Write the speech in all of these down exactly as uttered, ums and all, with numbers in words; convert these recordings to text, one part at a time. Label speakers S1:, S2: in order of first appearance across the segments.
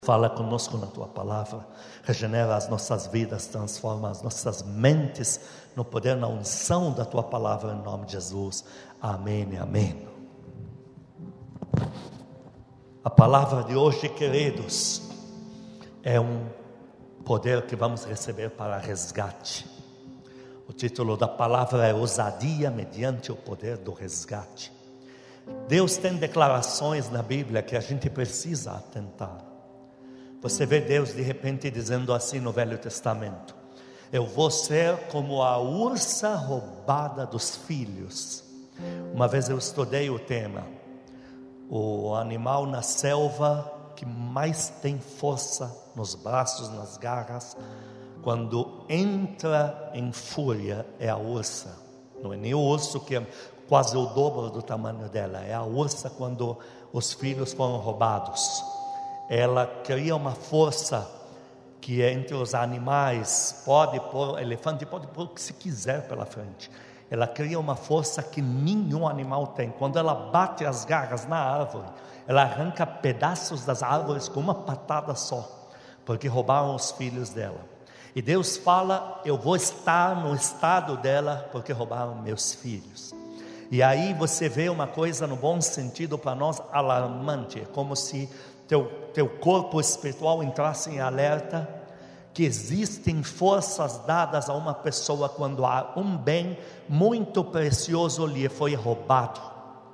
S1: Fala conosco na Tua Palavra, regenera as nossas vidas, transforma as nossas mentes no poder, na unção da Tua Palavra, em nome de Jesus, amém e amém. A palavra de hoje, queridos, é um poder que vamos receber para resgate. O título da palavra é ousadia mediante o poder do resgate. Deus tem declarações na Bíblia que a gente precisa atentar. Você vê Deus de repente dizendo assim no Velho Testamento: eu vou ser como a ursa roubada dos filhos. Uma vez eu estudei o tema, o animal na selva que mais tem força nos braços, nas garras, quando entra em fúria, é a ursa. Não é nem o urso, que é quase o dobro do tamanho dela, é a ursa quando os filhos foram roubados. Ela cria uma força que é entre os animais, pode pôr, elefante pode pôr o que se quiser pela frente. Ela cria uma força que nenhum animal tem. Quando ela bate as garras na árvore, ela arranca pedaços das árvores com uma patada só, porque roubaram os filhos dela. E Deus fala: eu vou estar no estado dela, porque roubaram meus filhos. E aí você vê uma coisa no bom sentido para nós alarmante, é como se Teu, teu corpo espiritual entrasse em alerta, que existem forças dadas a uma pessoa quando há um bem muito precioso lhe foi roubado.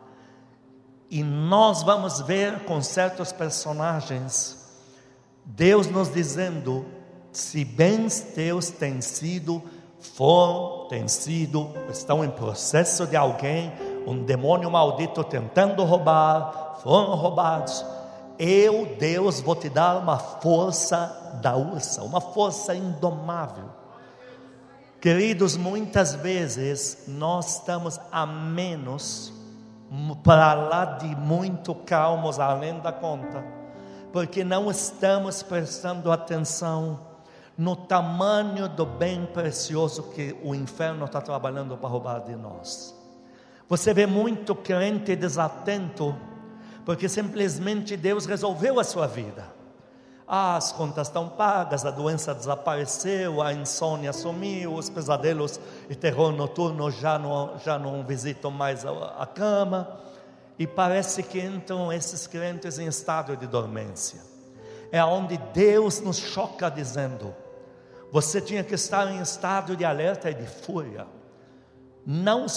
S1: E nós vamos ver com certos personagens, Deus nos dizendo: se bens teus têm sido, foram, têm sido, estão em processo de alguém, um demônio maldito tentando roubar, foram roubados, eu, Deus, vou te dar uma força da ursa, uma força indomável. Queridos, muitas vezes nós estamos a menos, para lá de muito calmos, além da conta, porque não estamos prestando atenção no tamanho do bem precioso que o inferno está trabalhando para roubar de nós. Você vê muito crente desatento, porque simplesmente Deus resolveu a sua vida. Ah, as contas estão pagas, a doença desapareceu, a insônia sumiu, os pesadelos e terror noturno já não, já não visitam mais a, a cama. E parece que entram esses crentes em estado de dormência. É onde Deus nos choca dizendo: você tinha que estar em estado de alerta e de fúria. Não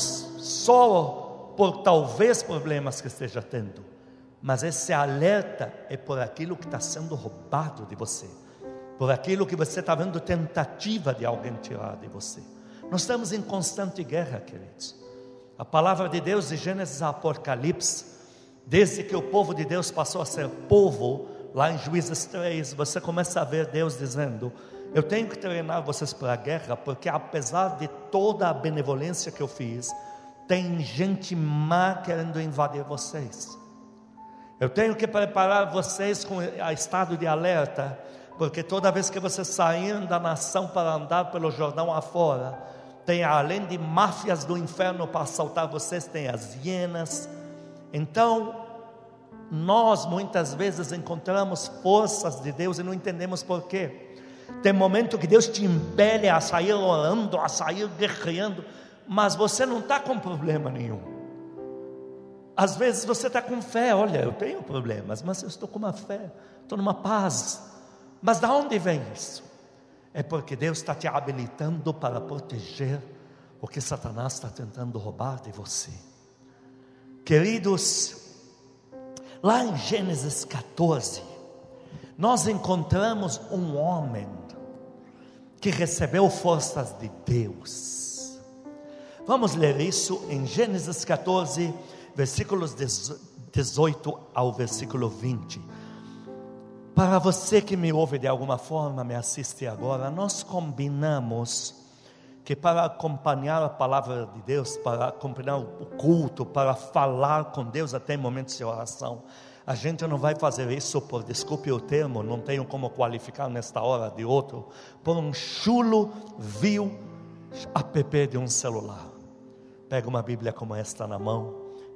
S1: só por talvez problemas que esteja tendo, mas esse alerta é por aquilo que está sendo roubado de você, por aquilo que você está vendo tentativa de alguém tirar de você. Nós estamos em constante guerra, queridos. A palavra de Deus de Gênesis a Apocalipse, desde que o povo de Deus passou a ser povo, lá em Juízes três, você começa a ver Deus dizendo: eu tenho que treinar vocês para a guerra, porque apesar de toda a benevolência que eu fiz, tem gente má querendo invadir vocês. Eu tenho que preparar vocês com a estado de alerta, porque toda vez que vocês saírem da nação para andar pelo Jordão afora, tem, além de máfias do inferno para assaltar vocês, tem as hienas. Então, nós muitas vezes encontramos forças de Deus e não entendemos por quê. Tem momento que Deus te impele a sair orando, a sair guerreando, mas você não está com problema nenhum. Às vezes você está com fé: olha, eu tenho problemas, mas eu estou com uma fé, estou numa paz. Mas de onde vem isso? É porque Deus está te habilitando para proteger o que Satanás está tentando roubar de você. Queridos, lá em Gênesis catorze, nós encontramos um homem que recebeu forças de Deus. Vamos ler isso em Gênesis catorze, versículos dezoito ao versículo vinte. Para você que me ouve de alguma forma, me assiste agora, nós combinamos que para acompanhar a palavra de Deus, para acompanhar o culto, para falar com Deus até em momentos de oração, a gente não vai fazer isso por, desculpe o termo, não tenho como qualificar nesta hora de outro, por um chulo, vil app de um celular. Pega uma Bíblia como esta na mão,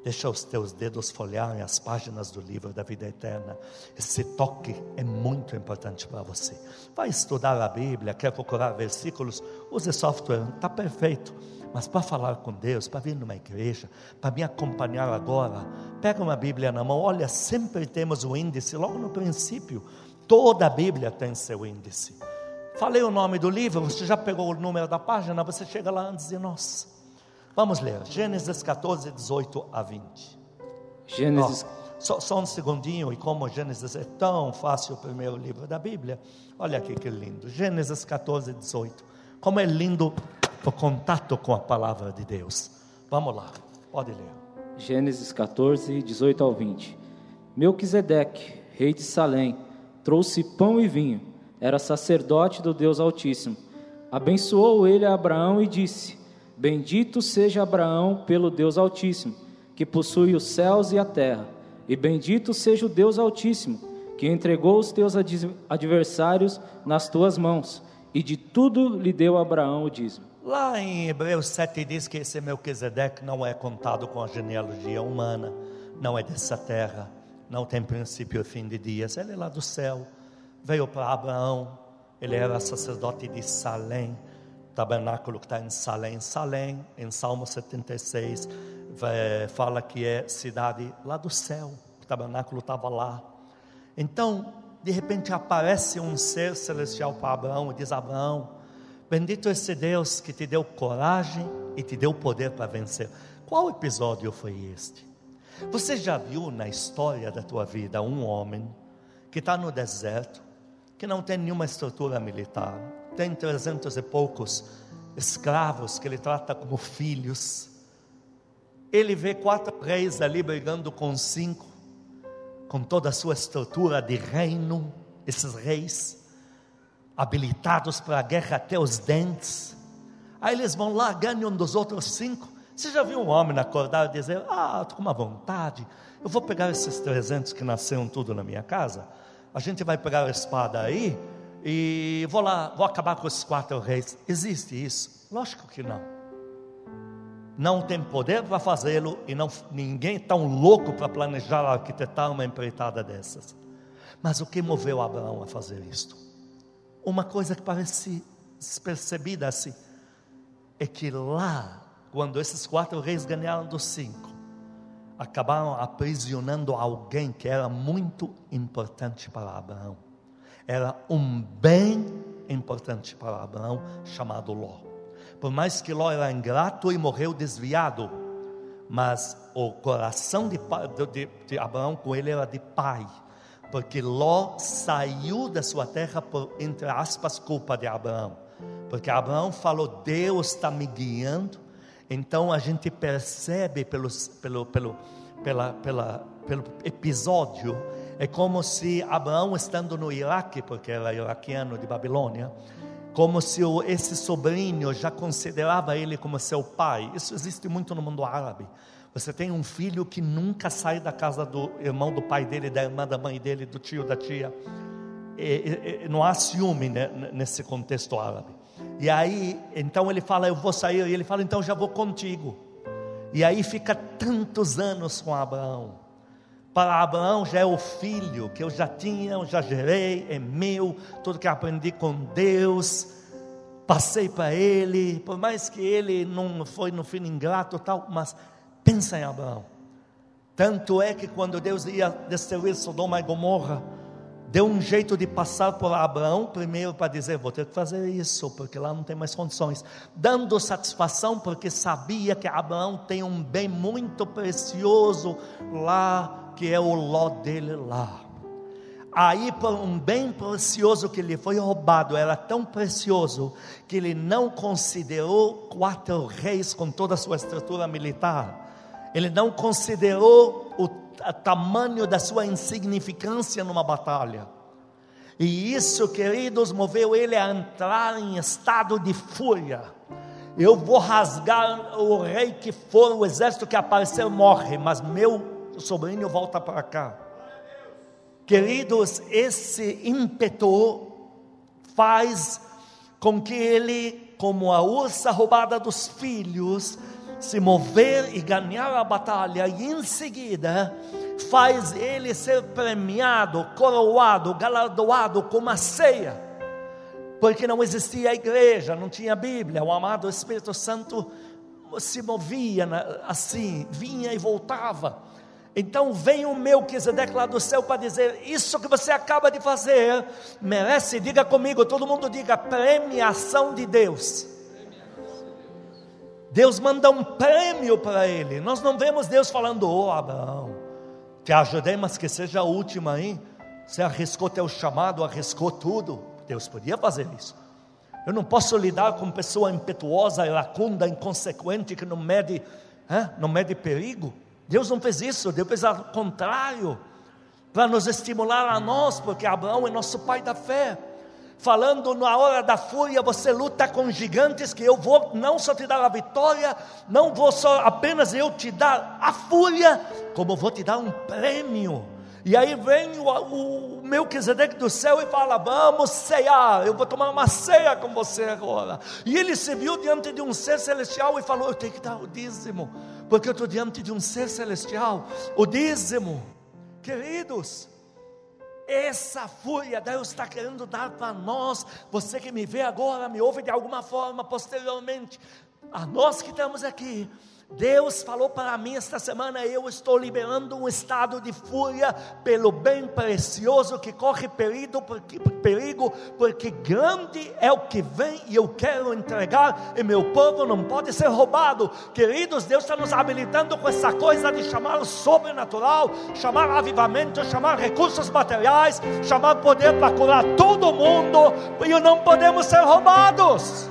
S1: Deixa os teus dedos folhearem as páginas do livro da vida eterna. Esse toque é muito importante para você. Vai estudar a Bíblia, quer procurar versículos, use software, está perfeito. Mas para falar com Deus, para vir numa igreja, para me acompanhar agora, pega uma Bíblia na mão. Olha, sempre temos o índice, logo no princípio. Toda a Bíblia tem seu índice. Falei o nome do livro, você já pegou o número da página, você chega lá antes de nós. Vamos ler, Gênesis catorze, dezoito a vinte.
S2: Gênesis...
S1: Oh, só, só um segundinho, e como Gênesis é tão fácil, o primeiro livro da Bíblia, olha aqui que lindo, Gênesis catorze, dezoito, como é lindo o contato com a palavra de Deus. Vamos lá, pode ler.
S2: Gênesis catorze, dezoito ao vinte. Melquisedeque, rei de Salém, trouxe pão e vinho, era sacerdote do Deus Altíssimo. Abençoou ele a Abraão e disse: bendito seja Abraão pelo Deus Altíssimo, que possui os céus e a terra, e bendito seja o Deus Altíssimo, que entregou os teus adversários nas tuas mãos, e de tudo lhe deu a Abraão o dízimo.
S1: Lá em Hebreus sete diz que esse Melquisedeque não é contado com a genealogia humana, não é dessa terra, não tem princípio e fim de dias, ele é lá do céu, veio para Abraão, ele era sacerdote de Salém, tabernáculo que está em Salém. Salém, em Salmo setenta e seis, fala que é cidade lá do céu, o tabernáculo estava lá. Então, de repente aparece um ser celestial para Abraão e diz: Abraão, bendito esse Deus que te deu coragem e te deu poder para vencer. Qual episódio foi este? Você já viu na história da tua vida um homem que está no deserto, que não tem nenhuma estrutura militar, tem trezentos e poucos escravos que ele trata como filhos, ele vê quatro reis ali brigando com cinco, com toda a sua estrutura de reino, esses reis, habilitados para a guerra até os dentes, aí eles vão lá, ganham um dos outros cinco. Você já viu um homem acordar e dizer: ah, estou com uma vontade, eu vou pegar esses trezentos que nasceram tudo na minha casa, a gente vai pegar a espada aí, e vou lá, vou acabar com esses quatro reis. Existe isso? Lógico que não. Não tem poder para fazê-lo, e não, ninguém é tão louco para planejar, arquitetar uma empreitada dessas. Mas o que moveu Abraão a fazer isto? Uma coisa que parece despercebida assim, é que lá, quando esses quatro reis ganharam dos cinco, acabaram aprisionando alguém que era muito importante para Abraão. Era um bem importante para Abraão, chamado Ló. Por mais que Ló era ingrato e morreu desviado, mas o coração de, de, de Abraão com ele era de pai, porque Ló saiu da sua terra por, entre aspas, culpa de Abraão, porque Abraão falou: Deus está me guiando. Então a gente percebe pelos, pelo, pelo, pela, pela, pelo episódio, é como se Abraão, estando no Iraque, porque era iraquiano de Babilônia, como se esse sobrinho já considerava ele como seu pai. Isso existe muito no mundo árabe. Você tem um filho que nunca sai da casa do irmão do pai dele, da irmã da mãe dele, do tio da tia. E, e, não há ciúme, né, nesse contexto árabe. E aí, então ele fala: eu vou sair. E ele fala: então já vou contigo. E aí fica tantos anos com Abraão. Para Abraão já é o filho que eu já tinha, eu já gerei, é meu. Tudo que aprendi com Deus, passei para ele. Por mais que ele não foi no fim ingrato tal, mas pensa em Abraão. Tanto é que quando Deus ia destruir Sodoma e Gomorra, deu um jeito de passar por Abraão primeiro para dizer: vou ter que fazer isso, porque lá não tem mais condições, dando satisfação, porque sabia que Abraão tem um bem muito precioso lá, que é o Ló dele lá. Aí, por um bem precioso que lhe foi roubado, era tão precioso que ele não considerou quatro reis com toda a sua estrutura militar. Ele não considerou o tamanho da sua insignificância numa batalha. E isso, queridos, moveu ele a entrar em estado de fúria. Eu vou rasgar o rei que for, o exército que aparecer morre, mas meu sobrinho volta para cá. Queridos, esse ímpeto faz com que ele, como a ursa roubada dos filhos, se mover e ganhar a batalha, e em seguida faz ele ser premiado, coroado, galardoado com uma ceia, porque não existia a igreja, não tinha Bíblia. O amado Espírito Santo se movia assim, vinha e voltava. Então vem o Melquisedeque lá do céu para dizer: isso que você acaba de fazer merece, diga comigo, todo mundo diga, premiação de Deus. Deus manda um prêmio para ele. Nós não vemos Deus falando: ô Abraão, te ajudei, mas que seja a última, hein? Você arriscou teu chamado, arriscou tudo. Deus podia fazer isso. Eu não posso lidar com pessoa impetuosa, iracunda, inconsequente, que não mede, hein? não mede perigo. Deus não fez isso. Deus fez ao contrário, para nos estimular a nós, porque Abraão é nosso pai da fé, falando: na hora da fúria você luta com gigantes, que eu vou não só te dar a vitória, não vou só apenas eu te dar a fúria, como vou te dar um prêmio. E aí vem o, o Melquisedeque do céu e fala: vamos cear, eu vou tomar uma ceia com você agora. E ele se viu diante de um ser celestial e falou: eu tenho que dar o dízimo, porque eu estou diante de um ser celestial. O dízimo, queridos, essa fúria Deus está querendo dar para nós. Você que me vê agora, me ouve de alguma forma posteriormente, a nós que estamos aqui, Deus falou para mim esta semana: eu estou liberando um estado de fúria pelo bem precioso que corre perigo, porque, perigo, porque grande é o que vem e eu quero entregar, e meu povo não pode ser roubado. Queridos, Deus está nos habilitando com essa coisa de chamar o sobrenatural, chamar avivamento, chamar recursos materiais, chamar poder para curar todo mundo, e não podemos ser roubados.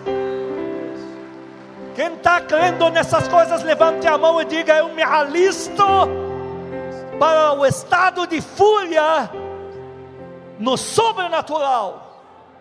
S1: Quem está crendo nessas coisas, levante a mão e diga: eu me alisto para o estado de fúria no sobrenatural.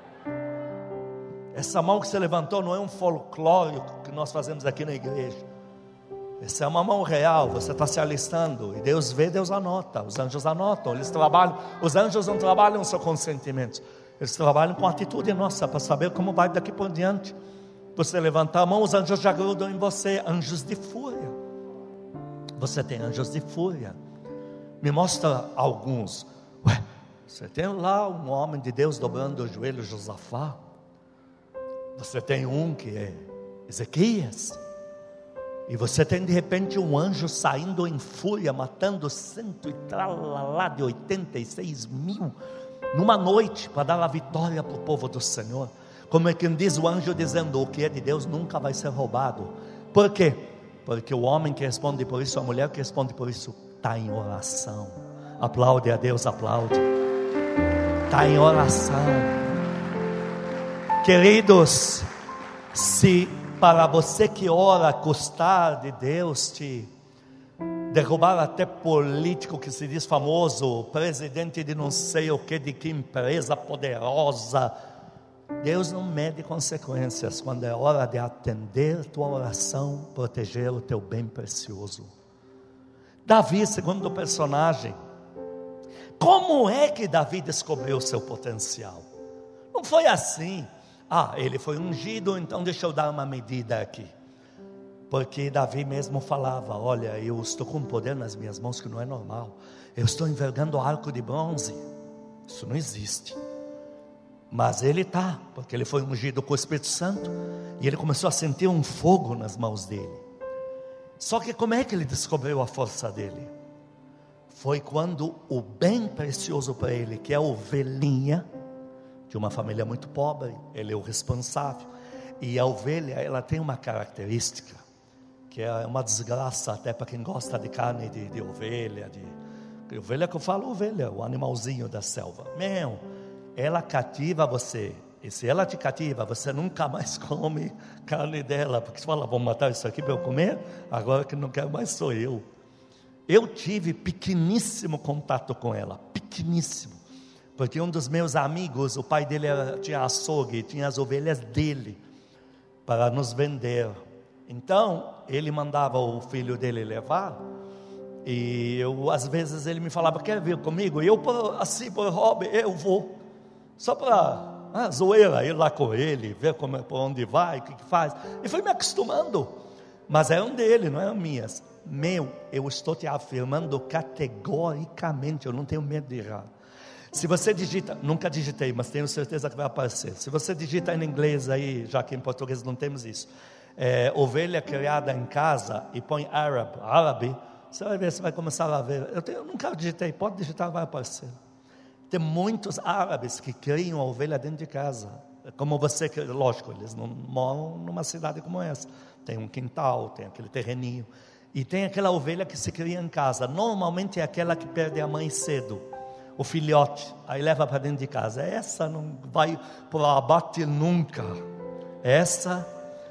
S1: Essa mão que você levantou não é um folclore que nós fazemos aqui na igreja. Essa é uma mão real. Você está se alistando, e Deus vê, Deus anota. Os anjos anotam, eles trabalham. Os anjos não trabalham só com sentimentos, eles trabalham com atitude nossa, para saber como vai daqui por diante. Você levantar a mão, os anjos já grudam em você. Anjos de fúria. Você tem anjos de fúria. Me mostra alguns. Ué, você tem lá um homem de Deus dobrando o joelho, Josafá. Você tem um que é Ezequias. E você tem de repente um anjo saindo em fúria, matando cento e tralalá de oitenta e seis mil numa noite, para dar a vitória para o povo do Senhor. Como é que diz o anjo dizendo: o que é de Deus nunca vai ser roubado. Por quê? Porque o homem que responde por isso, a mulher que responde por isso, está em oração. Aplaude a Deus, aplaude. Está em oração. Queridos, se para você que ora custar de Deus te derrubar até político que se diz famoso, presidente de não sei o que, de que empresa poderosa, Deus não mede consequências quando é hora de atender tua oração, proteger o teu bem precioso. Davi, segundo o personagem, como é que Davi descobriu o seu potencial? Não foi assim: ah, ele foi ungido, então deixa eu dar uma medida aqui. Porque Davi mesmo falava: olha, eu estou com um poder nas minhas mãos que não é normal. Eu estou envergando o arco de bronze. Isso não existe. Mas ele está, porque ele foi ungido com o Espírito Santo, e ele começou a sentir um fogo nas mãos dele. Só que como é que ele descobriu a força dele? Foi quando o bem precioso para ele, que é a ovelhinha, de uma família muito pobre, ele é o responsável. E a ovelha, ela tem uma característica, que é uma desgraça até para quem gosta de carne de, de ovelha, de, de ovelha que eu falo ovelha, o animalzinho da selva. Meu, ela cativa você, e se ela te cativa, você nunca mais come carne dela, porque você fala: vamos matar isso aqui para eu comer, agora que não quero mais sou eu. Eu tive pequeníssimo contato com ela, pequeníssimo, porque um dos meus amigos, o pai dele era, tinha açougue, tinha as ovelhas dele, para nos vender. Então, ele mandava o filho dele levar, e eu, às vezes ele me falava: quer vir comigo? E eu, assim, por hobby, eu vou. Só para ah, zoeira, ir lá com ele, ver como, por onde vai, o que, que faz. E fui me acostumando. Mas eram dele, não eram minhas. Meu, eu estou te afirmando categoricamente, eu não tenho medo de errar. Se você digita, nunca digitei, mas tenho certeza que vai aparecer. Se você digita em inglês aí, já que em português não temos isso, é, ovelha criada em casa, e põe árabe, árabe, você vai ver, você vai começar a ver. Eu, tenho, eu nunca digitei, pode digitar, vai aparecer. Tem muitos árabes que criam a ovelha dentro de casa. Como você, lógico, eles não moram numa cidade como essa. Tem um quintal, tem aquele terreninho. E tem aquela ovelha que se cria em casa. Normalmente é aquela que perde a mãe cedo. O filhote, aí leva para dentro de casa. Essa não vai para o abate nunca. Essa,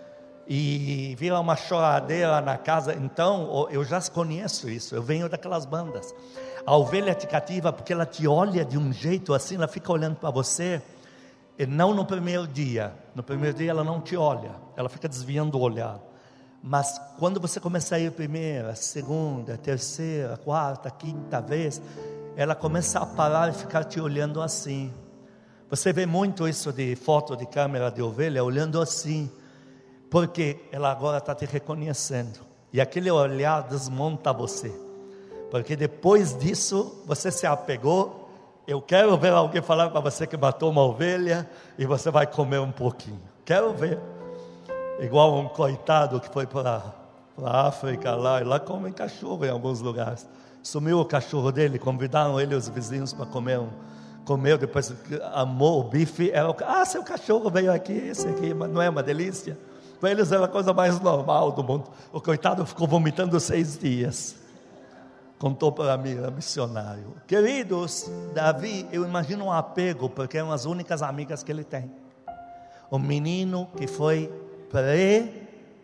S1: e vira uma choradeira na casa. Então, eu já conheço isso. Eu venho daquelas bandas. A ovelha te cativa porque ela te olha de um jeito assim, ela fica olhando para você, e não no primeiro dia. No primeiro dia ela não te olha, ela fica desviando o olhar. Mas quando você começa a ir primeira, segunda, terceira, quarta, quinta vez, ela começa a parar e ficar te olhando assim. Você vê muito isso de foto de câmera de ovelha, olhando assim, porque ela agora está te reconhecendo. E aquele olhar desmonta você. Porque depois disso, você se apegou. Eu quero ver alguém falar para você que matou uma ovelha e você vai comer um pouquinho. Quero ver. Igual um coitado que foi para a África lá, e lá comem cachorro em alguns lugares. Sumiu o cachorro dele, convidaram ele e os vizinhos para comer um. Comeu, depois amou o bife. Era o, ah, seu cachorro veio aqui, esse aqui, mas não é uma delícia? Para eles era a coisa mais normal do mundo. O coitado ficou vomitando seis dias. Contou para mim, era missionário. Queridos, Davi, eu imagino um apego, porque eram as únicas amigas que ele tem. Um menino que foi pré,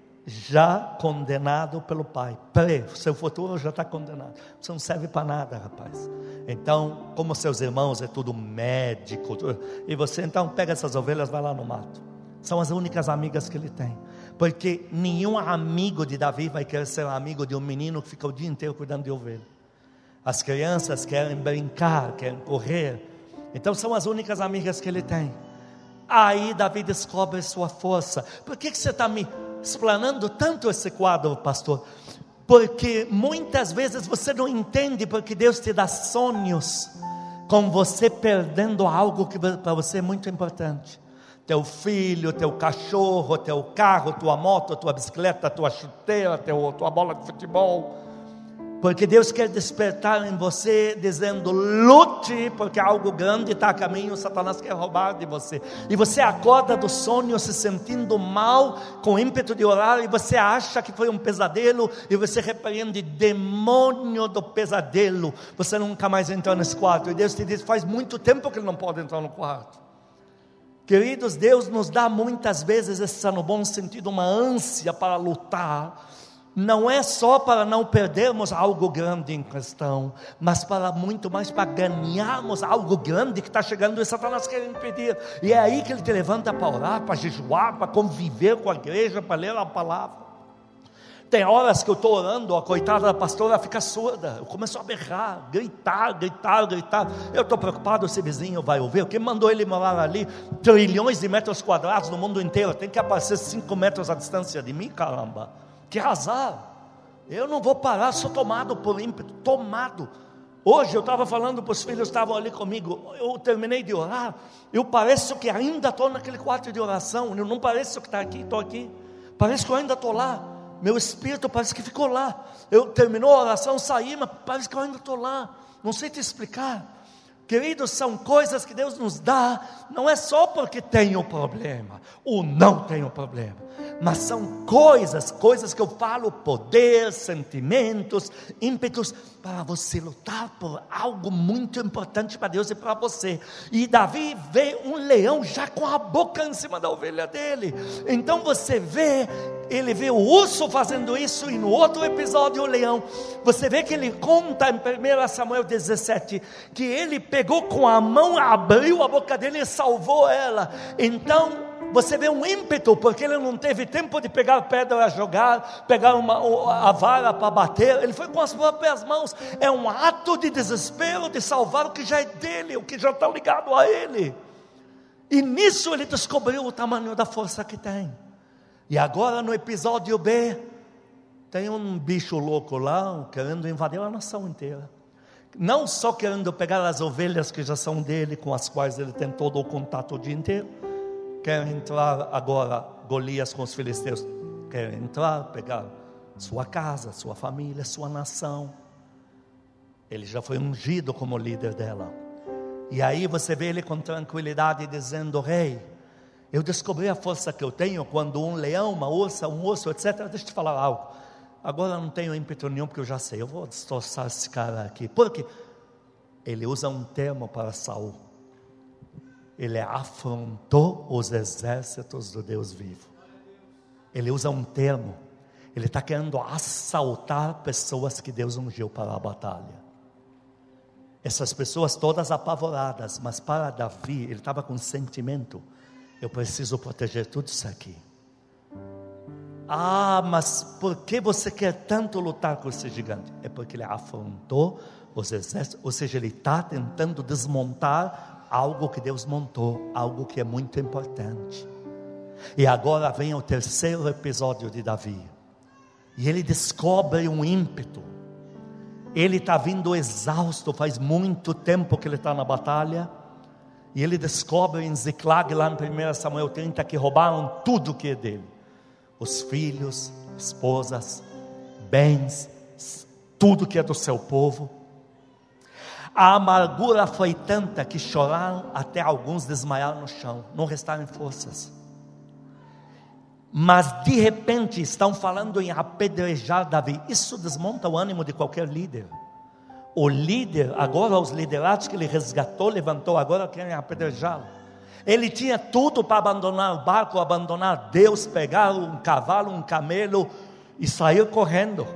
S1: já condenado pelo pai. Pré, seu futuro já está condenado. Você não serve para nada, rapaz. Então, como seus irmãos é tudo médico, e você então pega essas ovelhas, vai lá no mato. São as únicas amigas que ele tem. Porque nenhum amigo de Davi vai querer ser amigo de um menino que fica o dia inteiro cuidando de ovelha. As crianças querem brincar, querem correr. Então são as únicas amigas que ele tem. Aí Davi descobre sua força. Por que, que você está me explanando tanto esse quadro, pastor? Porque muitas vezes você não entende, porque Deus te dá sonhos com você perdendo algo que para você é muito importante. Teu filho, teu cachorro, teu carro, tua moto, tua bicicleta, tua chuteira, teu, tua bola de futebol. Porque Deus quer despertar em você, dizendo: lute, porque algo grande está a caminho. Satanás quer roubar de você. E você acorda do sonho se sentindo mal, com ímpeto de orar, e você acha que foi um pesadelo, e você repreende: demônio do pesadelo, você nunca mais entra nesse quarto. E Deus te diz: faz muito tempo que ele não pode entrar no quarto. Queridos, Deus nos dá muitas vezes, essa no bom sentido, uma ânsia para lutar. Não é só para não perdermos algo grande em questão, mas para muito mais para ganharmos algo grande que está chegando e Satanás quer impedir. E é aí que ele te levanta para orar, para jejuar, para conviver com a igreja, para ler a palavra. Tem horas que eu estou orando, a coitada da pastora fica surda. Eu começo a berrar, gritar, gritar, gritar. Eu estou preocupado se o vizinho vai ouvir. Quem mandou ele morar ali? Trilhões de metros quadrados no mundo inteiro. Tem que aparecer cinco metros à distância de mim, caramba. Que azar. Eu não vou parar, sou tomado por ímpeto. Tomado. Hoje eu estava falando para os filhos, estavam ali comigo. Eu terminei de orar. Eu pareço que ainda estou naquele quarto de oração. Eu não pareço que está aqui, estou aqui. Parece que eu ainda estou lá. Meu espírito parece que ficou lá. Eu terminou a oração, saí, mas parece que eu ainda estou lá. Não sei te explicar. Queridos, são coisas que Deus nos dá. Não é só porque tem o problema, ou não tem o problema, mas são coisas, coisas que eu falo, poder, sentimentos, ímpetos, para você lutar por algo muito importante para Deus e para você. E Davi vê um leão já com a boca em cima da ovelha dele. Então você vê, ele vê o urso fazendo isso, e no outro episódio o leão. Você vê que ele conta em primeiro Samuel dezessete, que ele pegou com a mão, abriu a boca dele e salvou ela. Então você vê um ímpeto, porque ele não teve tempo de pegar pedra, jogar, pegar uma, a vara para bater. Ele foi com as próprias mãos. É um ato de desespero de salvar o que já é dele, o que já está ligado a ele. E nisso ele descobriu o tamanho da força que tem. E agora no episódio B, Tem um bicho louco lá, querendo invadir a nação inteira. Não só querendo pegar as ovelhas que já são dele, com as quais ele tem todo o contato o dia inteiro. Quer entrar agora, Golias com os filisteus. Quer entrar, pegar sua casa, sua família, sua nação. Ele já foi ungido como líder dela. E aí você vê ele com tranquilidade dizendo: rei, eu descobri a força que eu tenho quando um leão, uma ursa, um urso, etcétera. Deixa eu te falar algo. Agora não tenho ímpeto nenhum, porque eu já sei. Eu vou destroçar esse cara aqui. Por quê? Ele usa um termo para Saul. Ele afrontou os exércitos do Deus vivo. Ele usa um termo. Ele está querendo assaltar pessoas que Deus ungiu para a batalha. Essas pessoas todas apavoradas. Mas para Davi, ele estava com sentimento: eu preciso proteger tudo isso aqui. Ah, mas por que você quer tanto lutar com esse gigante? É porque ele afrontou os exércitos. Ou seja, ele está tentando desmontar algo que Deus montou, algo que é muito importante. E agora vem o terceiro episódio de Davi. E ele descobre um ímpeto. Ele está vindo exausto, faz muito tempo que ele está na batalha. E ele descobre em Ziclag, lá em primeiro Samuel trinta, que roubaram tudo que é dele. Os filhos, esposas, bens, tudo que é do seu povo. A amargura foi tanta que choraram até alguns desmaiar no chão, não restaram forças. Mas de repente estão falando em apedrejar Davi. Isso desmonta o ânimo de qualquer líder. O líder, agora os liderados que ele resgatou, levantou, agora querem apedrejá-lo. Ele tinha tudo para abandonar o barco, abandonar Deus, pegar um cavalo, um camelo e sair correndo.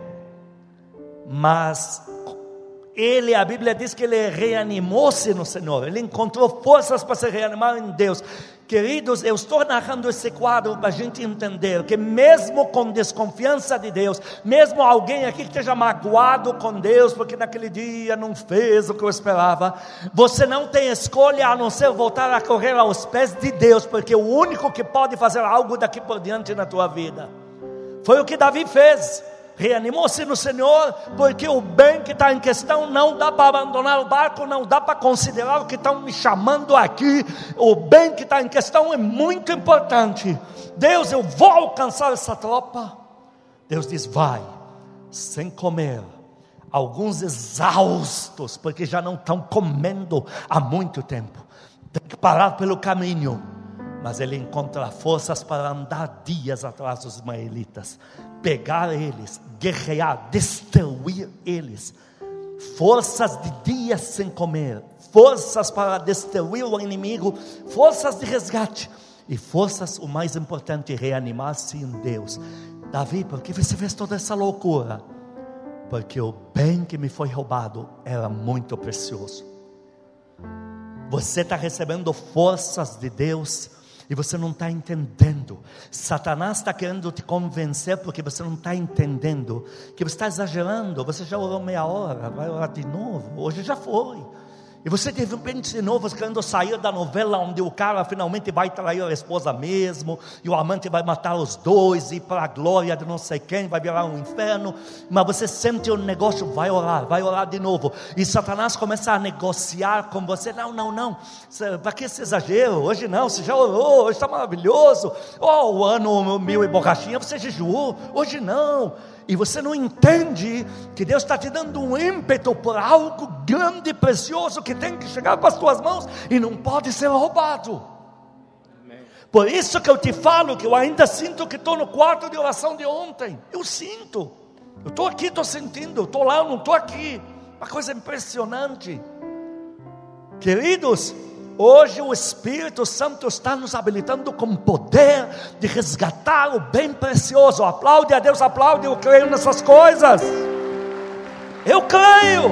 S1: Mas ele, a Bíblia diz que ele reanimou-se no Senhor. Ele encontrou forças para se reanimar em Deus. Queridos, eu estou narrando esse quadro para a gente entender que mesmo com desconfiança de Deus, mesmo alguém aqui que esteja magoado com Deus, porque naquele dia não fez o que eu esperava, você não tem escolha a não ser voltar a correr aos pés de Deus, porque o único que pode fazer algo daqui por diante na tua vida, foi o que Davi fez. Reanimou-se no Senhor, porque o bem que está em questão não dá para abandonar o barco, não dá para considerar o que estão me chamando aqui. O bem que está em questão é muito importante. Deus, eu vou alcançar essa tropa. Deus diz: vai, sem comer. Alguns exaustos, porque já não estão comendo há muito tempo, tem que parar pelo caminho. Mas ele encontra forças para andar dias atrás dos ismaelitas, pegar eles, guerrear, destruir eles. Forças de dias sem comer, forças para destruir o inimigo, forças de resgate e forças, o mais importante, reanimar-se em Deus. Davi, por que você fez toda essa loucura? Porque o bem que me foi roubado era muito precioso. Você está recebendo forças de Deus e você não está entendendo. Satanás está querendo te convencer, porque você não está entendendo que você está exagerando. Você já orou meia hora, vai orar de novo. Hoje já foi. E você de repente de novo querendo sair da novela onde o cara finalmente vai trair a esposa mesmo, e o amante vai matar os dois, e para a glória de não sei quem vai virar um inferno. Mas você sente o negócio, vai orar, vai orar de novo. E Satanás começa a negociar com você. Não, não, não, para que esse exagero? Hoje não, você já orou, hoje está maravilhoso. Oh, o ano mil e borrachinha, você jejuou, hoje não. E você não entende que Deus está te dando um ímpeto por algo grande e precioso que tem que chegar para as tuas mãos e não pode ser roubado. Amém. Por isso que eu te falo que eu ainda sinto que estou no quarto de oração de ontem. Eu sinto, eu estou aqui, estou sentindo, eu estou lá, eu não estou aqui. Uma coisa impressionante. Queridos, hoje o Espírito Santo está nos habilitando com poder de resgatar o bem precioso. Aplaude a Deus, aplaude, eu creio nessas coisas. Eu creio.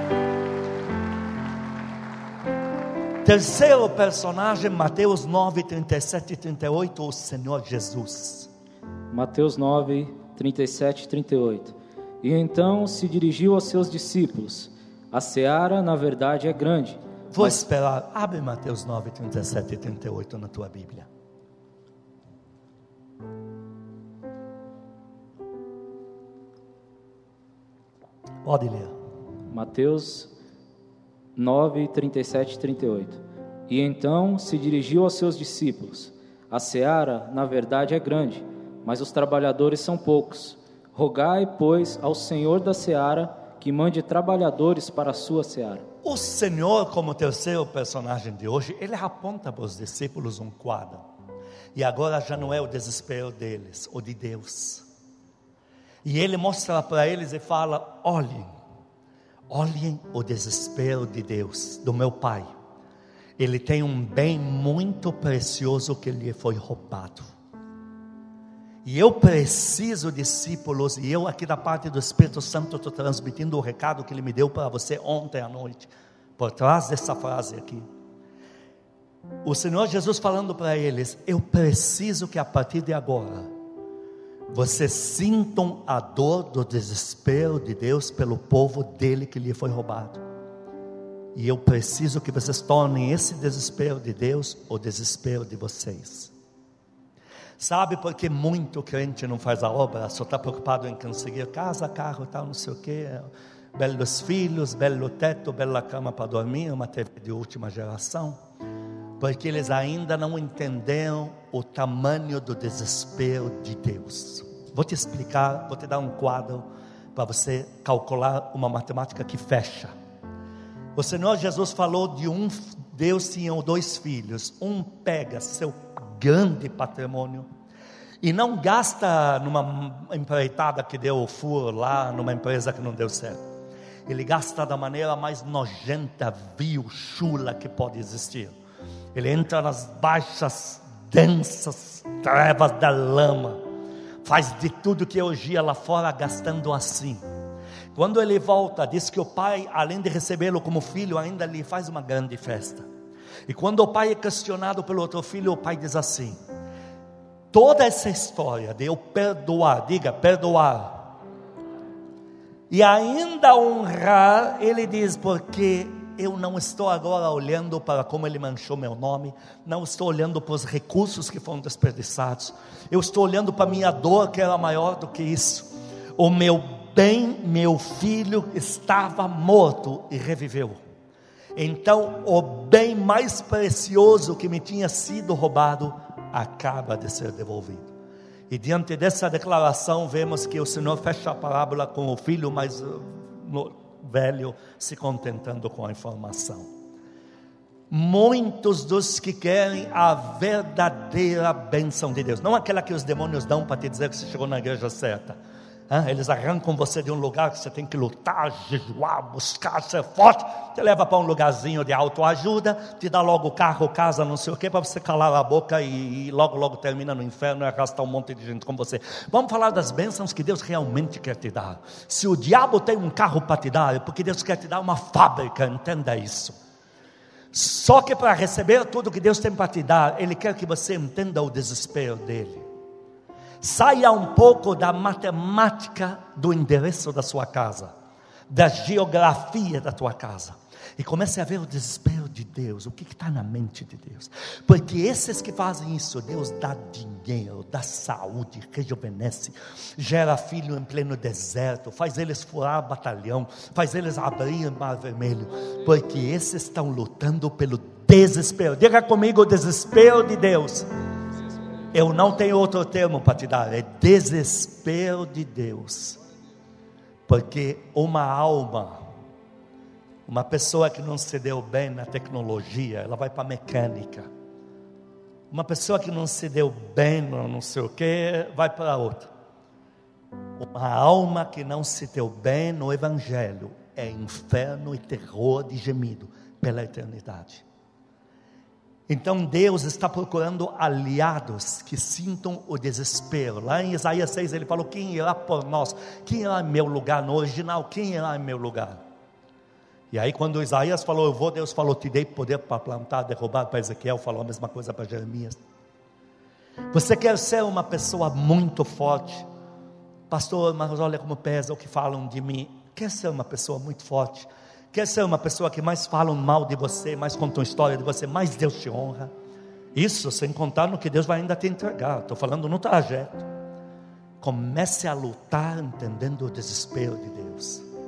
S1: Terceiro personagem, Mateus nove, trinta e sete e trinta e oito, o Senhor Jesus.
S2: Mateus nove, trinta e sete e trinta e oito. E então se dirigiu aos seus discípulos: a seara na verdade é grande.
S1: Vou
S2: mas...
S1: esperar, abre Mateus nove, trinta e sete e trinta e oito na tua Bíblia. Pode ler.
S2: Mateus nove, trinta e sete e trinta e oito. E então se dirigiu aos seus discípulos: a seara, na verdade, é grande, mas os trabalhadores são poucos. Rogai, pois, ao Senhor da seara que mande trabalhadores para a sua seara.
S1: O Senhor, como terceiro personagem de hoje, ele aponta para os discípulos um quadro. E agora já não é o desespero deles, o de Deus. E ele mostra para eles e fala: olhem, olhem o desespero de Deus, do meu Pai. Ele tem um bem muito precioso que lhe foi roubado. E eu preciso, discípulos, e eu aqui da parte do Espírito Santo estou transmitindo o recado que Ele me deu para você ontem à noite, por trás dessa frase aqui. O Senhor Jesus falando para eles: eu preciso que a partir de agora, vocês sintam a dor do desespero de Deus pelo povo dele que lhe foi roubado. E eu preciso que vocês tornem esse desespero de Deus o desespero de vocês. Sabe por que muito crente não faz a obra? Só está preocupado em conseguir casa, carro, tal, não sei o que, belos filhos, belo teto, bela cama para dormir, uma T V de última geração. Porque eles ainda não entenderam o tamanho do desespero de Deus. Vou te explicar, vou te dar um quadro para você calcular uma matemática que fecha. O Senhor Jesus falou de um, Deus tinha dois filhos. Um pega seu grande patrimônio e não gasta numa empreitada que deu furo lá, numa empresa que não deu certo. Ele gasta da maneira mais nojenta, vil, chula que pode existir. Ele entra nas baixas, densas trevas da lama, faz de tudo que urgia lá fora, gastando assim. Quando ele volta, diz que o pai, além de recebê-lo como filho, ainda lhe faz uma grande festa. E quando o pai é questionado pelo outro filho, o pai diz assim: toda essa história de eu perdoar, diga perdoar, e ainda honrar, ele diz, porque eu não estou agora olhando para como ele manchou meu nome, não estou olhando para os recursos que foram desperdiçados, eu estou olhando para a minha dor que era maior do que isso. O meu bem, meu filho estava morto e reviveu. Então o bem mais precioso que me tinha sido roubado acaba de ser devolvido. E diante dessa declaração vemos que o Senhor fecha a parábola com o filho mais velho se contentando com a informação. Muitos dos que querem a verdadeira bênção de Deus, não aquela que os demônios dão para te dizer que você chegou na igreja certa. Eles arrancam você de um lugar que você tem que lutar, jejuar, buscar, ser forte, te leva para um lugarzinho de autoajuda, te dá logo carro, casa, não sei o que, para você calar a boca e, e logo logo termina no inferno e arrasta um monte de gente com você. Vamos falar das bênçãos que Deus realmente quer te dar. Se o diabo tem um carro para te dar, é porque Deus quer te dar uma fábrica, entenda isso. Só que para receber tudo que Deus tem para te dar, Ele quer que você entenda o desespero dele. Saia um pouco da matemática do endereço da sua casa, da geografia da tua casa, e comece a ver o desespero de Deus, o que está na mente de Deus. Porque esses que fazem isso, Deus dá dinheiro, dá saúde, rejuvenesce, gera filho em pleno deserto, faz eles furar batalhão, faz eles abrir o mar vermelho, porque esses estão lutando pelo desespero. Diga comigo: o desespero de Deus. Eu não tenho outro termo para te dar, é desespero de Deus. Porque uma alma, uma pessoa que não se deu bem na tecnologia, ela vai para a mecânica. Uma pessoa que não se deu bem no não sei o que, vai para outra. Uma alma que não se deu bem no evangelho, é inferno e terror de gemido pela eternidade. Então Deus está procurando aliados que sintam o desespero. Lá em Isaías seis ele falou: quem irá por nós? Quem irá em meu lugar? No original, quem irá em meu lugar? E aí quando Isaías falou eu vou, Deus falou: te dei poder para plantar, derrubar. Para Ezequiel falou a mesma coisa para Jeremias. Você quer ser uma pessoa muito forte? Pastor, mas olha como pesa o que falam de mim. Quer ser uma pessoa muito forte? Quer ser uma pessoa que mais falam mal de você, mais contam história de você, mais Deus te honra? Isso sem contar no que Deus vai ainda te entregar. Estou falando no trajeto. Comece a lutar entendendo o desespero de Deus.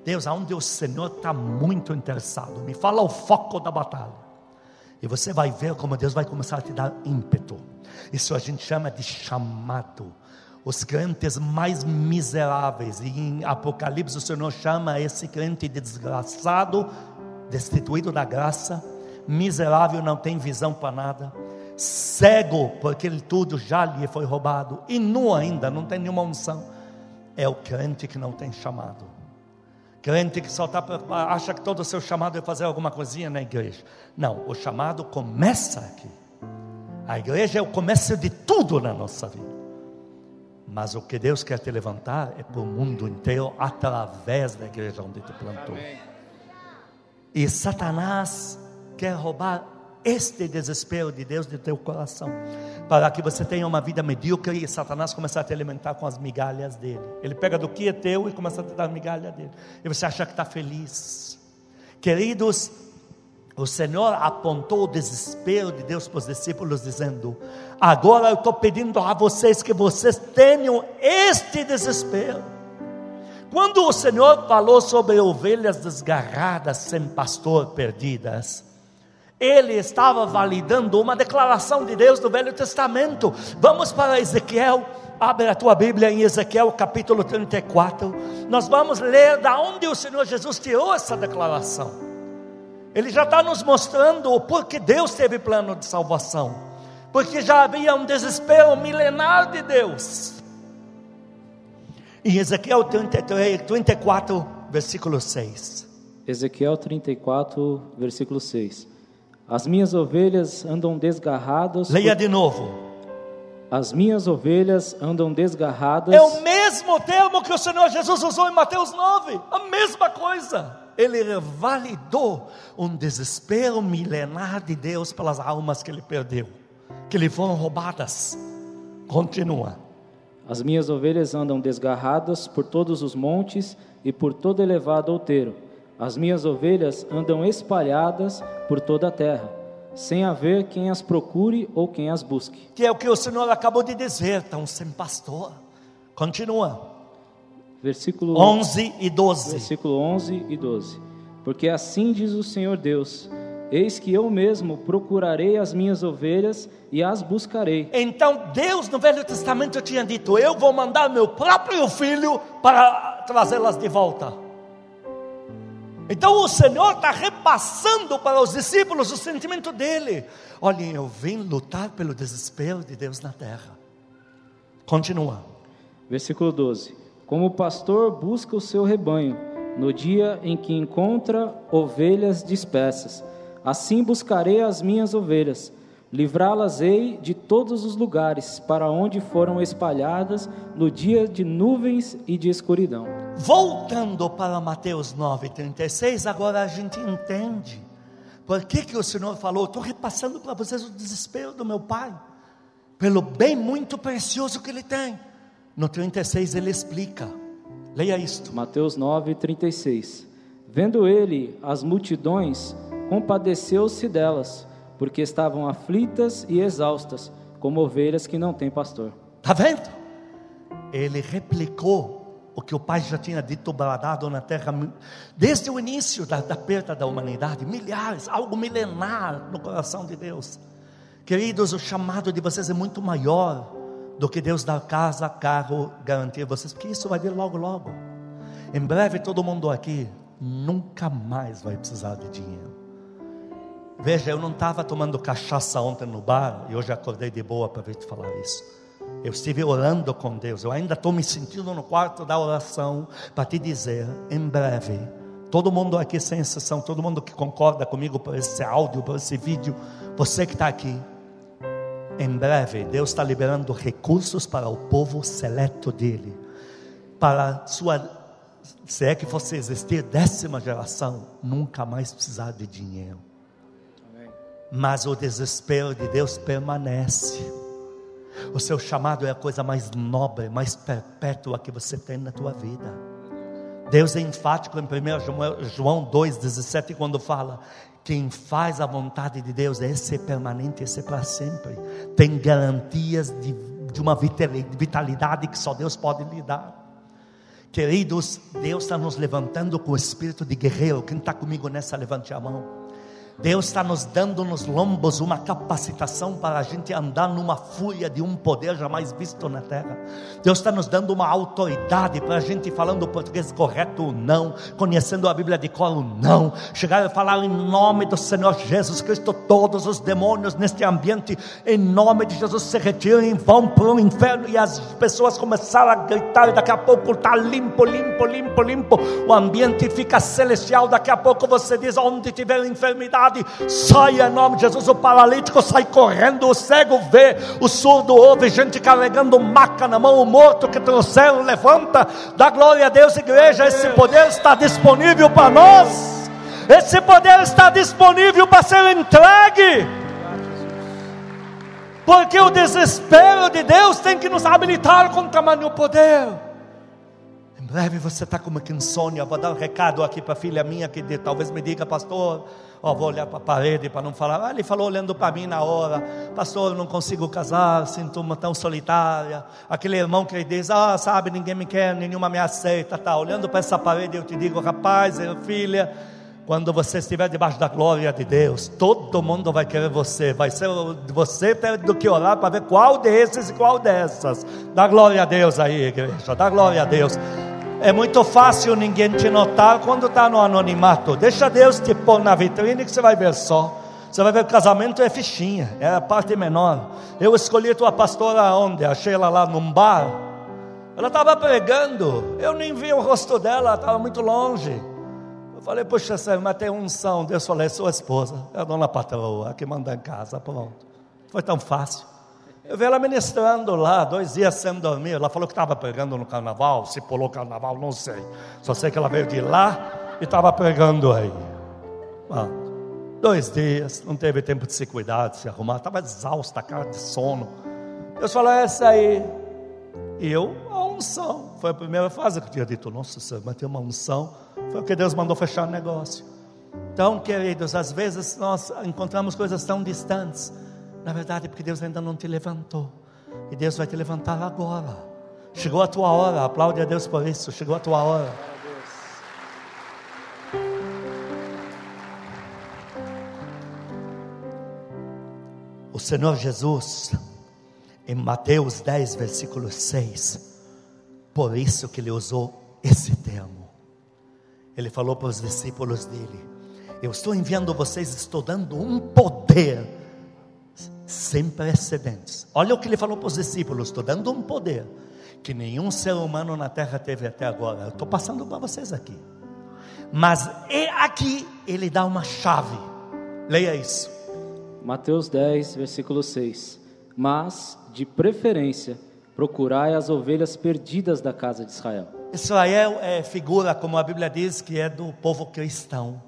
S1: Deus, aonde o Senhor está muito interessado, me fala o foco da batalha. E você vai ver como Deus vai começar a te dar ímpeto. Isso a gente chama de chamado. Os crentes mais miseráveis, e em Apocalipse o Senhor chama esse crente de desgraçado, destituído da graça, miserável, não tem visão para nada, cego, porque ele tudo já lhe foi roubado, e nu ainda, não tem nenhuma unção. É o crente que não tem chamado, crente que só está, acha que todo o seu chamado é fazer alguma coisinha na igreja. Não, o chamado começa aqui. A igreja é o começo de tudo na nossa vida. Mas o que Deus quer te levantar é para o mundo inteiro, através da igreja onde te plantou. Amém. E Satanás quer roubar este desespero de Deus de teu coração, para que você tenha uma vida medíocre, e Satanás começa a te alimentar com as migalhas dele. Ele pega do que é teu e começa a te dar migalha dele, e você acha que está feliz. Queridos, o Senhor apontou o desespero de Deus para os discípulos, dizendo: agora eu estou pedindo a vocês que vocês tenham este desespero. Quando o Senhor falou sobre ovelhas desgarradas, sem pastor, perdidas, Ele estava validando uma declaração de Deus do Velho Testamento. Vamos para Ezequiel, abre a tua Bíblia em Ezequiel capítulo trinta e quatro, nós vamos ler da onde o Senhor Jesus tirou essa declaração. Ele já está nos mostrando o porquê Deus teve plano de salvação, porque já havia um desespero milenar de Deus. Em Ezequiel trinta e quatro, versículo seis.
S2: Ezequiel trinta e quatro, versículo seis. As minhas ovelhas andam desgarradas.
S1: Leia
S2: por...
S1: de novo.
S2: As minhas ovelhas andam desgarradas.
S1: É o mesmo termo que o Senhor Jesus usou em Mateus nove, a mesma coisa. Ele validou um desespero milenar de Deus pelas almas que ele perdeu, que lhe foram roubadas. Continua.
S2: As minhas ovelhas andam desgarradas por todos os montes e por todo elevado outeiro. As minhas ovelhas andam espalhadas por toda a terra, sem haver quem as procure ou quem as busque.
S1: Que é o que o Senhor acabou de dizer, estão sem pastor. Continua.
S2: Versículo
S1: onze e doze.
S2: Versículo onze e doze. Porque assim diz o Senhor Deus: eis que eu mesmo procurarei as minhas ovelhas e as buscarei.
S1: Então Deus no Velho Testamento tinha dito: eu vou mandar meu próprio filho para trazê-las de volta. Então o Senhor está repassando para os discípulos o sentimento dele. Olhem, eu vim lutar pelo desespero de Deus na terra. Continua.
S2: Versículo doze. Como o pastor busca o seu rebanho no dia em que encontra ovelhas dispersas, assim buscarei as minhas ovelhas, livrá-las-ei de todos os lugares para onde foram espalhadas no dia de nuvens e de escuridão.
S1: Voltando para Mateus nove, trinta e seis, agora a gente entende por que, que o Senhor falou: estou repassando para vocês o desespero do meu Pai, pelo bem muito precioso que Ele tem. No trinta e seis ele explica, leia isto.
S2: Mateus nove, trinta e seis. Vendo ele as multidões, compadeceu-se delas, porque estavam aflitas e exaustas, como ovelhas que não têm pastor.
S1: Está vendo? Ele replicou o que o Pai já tinha dito, bradado na terra, desde o início da, da perda da humanidade, milhares, algo milenar no coração de Deus. Queridos, o chamado de vocês é muito maior do que Deus dar casa, carro, garantir vocês, porque isso vai vir logo, logo. Em breve todo mundo aqui nunca mais vai precisar de dinheiro. Veja, eu não estava tomando cachaça ontem no bar, e hoje acordei de boa para vir te falar isso. Eu estive orando com Deus, eu ainda estou me sentindo no quarto da oração, para te dizer, em breve, todo mundo aqui sem exceção, todo mundo que concorda comigo por esse áudio, por esse vídeo, você que está aqui, em breve Deus está liberando recursos para o povo seleto dele, para sua, se é que fosse existir décima geração, nunca mais precisar de dinheiro. Amém. Mas o desespero de Deus permanece. O seu chamado é a coisa mais nobre, mais perpétua que você tem na tua vida. Deus é enfático em primeiro João dois, dezessete, quando fala: quem faz a vontade de Deus, esse é permanente, esse é para sempre. Tem garantias de, de uma vitalidade que só Deus pode lhe dar. Queridos, Deus está nos levantando com o espírito de guerreiro. Quem está comigo nessa, levante a mão. Deus está nos dando nos lombos uma capacitação para a gente andar numa fúria de um poder jamais visto na terra. Deus está nos dando uma autoridade para a gente, falando o português correto ou não, conhecendo a Bíblia de cor ou não, chegar a falar em nome do Senhor Jesus Cristo. Todos os demônios neste ambiente, em nome de Jesus, se retiram e vão para o inferno, e as pessoas começaram a gritar, e daqui a pouco está limpo, limpo, limpo, limpo, o ambiente fica celestial. Daqui a pouco você diz: onde tiver enfermidade, sai em nome de Jesus. O paralítico sai correndo, o cego vê, o surdo ouve, gente carregando maca na mão, o morto que trouxeram levanta. Dá glória a Deus, igreja. Esse poder está disponível para nós, esse poder está disponível para ser entregue, porque o desespero de Deus tem que nos habilitar com tamanho poder. Em breve você está como que insônia. Vou dar um recado aqui para a filha minha, que de, talvez me diga: pastor, ó, vou olhar para a parede para não falar. Ah, ele falou olhando para mim na hora: pastor, eu não consigo casar, sinto-me tão solitária. Aquele irmão que diz: ah, sabe, ninguém me quer, nenhuma me aceita, tá. Olhando para essa parede, eu te digo: rapaz, filha, quando você estiver debaixo da glória de Deus, todo mundo vai querer você. Vai ser você tendo que orar para ver qual desses e qual dessas. Dá glória a Deus aí, igreja, dá glória a Deus. É muito fácil ninguém te notar quando está no anonimato. Deixa Deus te pôr na vitrine, que você vai ver só. Você vai ver que casamento é fichinha, é a parte menor. Eu escolhi tua pastora onde? Achei ela lá num bar. Ela estava pregando, eu nem vi o rosto dela, ela estava muito longe. Eu falei: puxa, mas tem unção. Deus falou: é sua esposa, é a dona patroa, a que manda em casa. Pronto. Foi tão fácil. Eu vi ela ministrando lá, dois dias sem dormir. Ela falou que estava pregando no carnaval, se pulou carnaval, não sei. Só sei que ela veio de lá e estava pregando aí. Ah, dois dias, não teve tempo de se cuidar, de se arrumar. Estava exausta, cara de sono. Deus falou: é essa aí. E eu, a unção. Foi a primeira fase que eu tinha dito: nossa Senhora, mas tem uma unção. Foi o que Deus mandou fechar o negócio. Então, queridos, às vezes nós encontramos coisas tão distantes. Na verdade, porque Deus ainda não te levantou, e Deus vai te levantar agora. Chegou a tua hora. Aplaude a Deus por isso. Chegou a tua hora. O Senhor Jesus, em Mateus dez, versículo seis, por isso que ele usou esse termo. Ele falou para os discípulos dele: eu estou enviando vocês, estou dando um poder sem precedentes. Olha o que ele falou para os discípulos: estou dando um poder que nenhum ser humano na terra teve até agora. Eu estou passando para vocês aqui. Mas é aqui, ele dá uma chave. Leia isso.
S2: Mateus dez, versículo seis. Mas, de preferência, procurai as ovelhas perdidas da casa de Israel.
S1: Israel é figura, como a Bíblia diz, que é do povo cristão.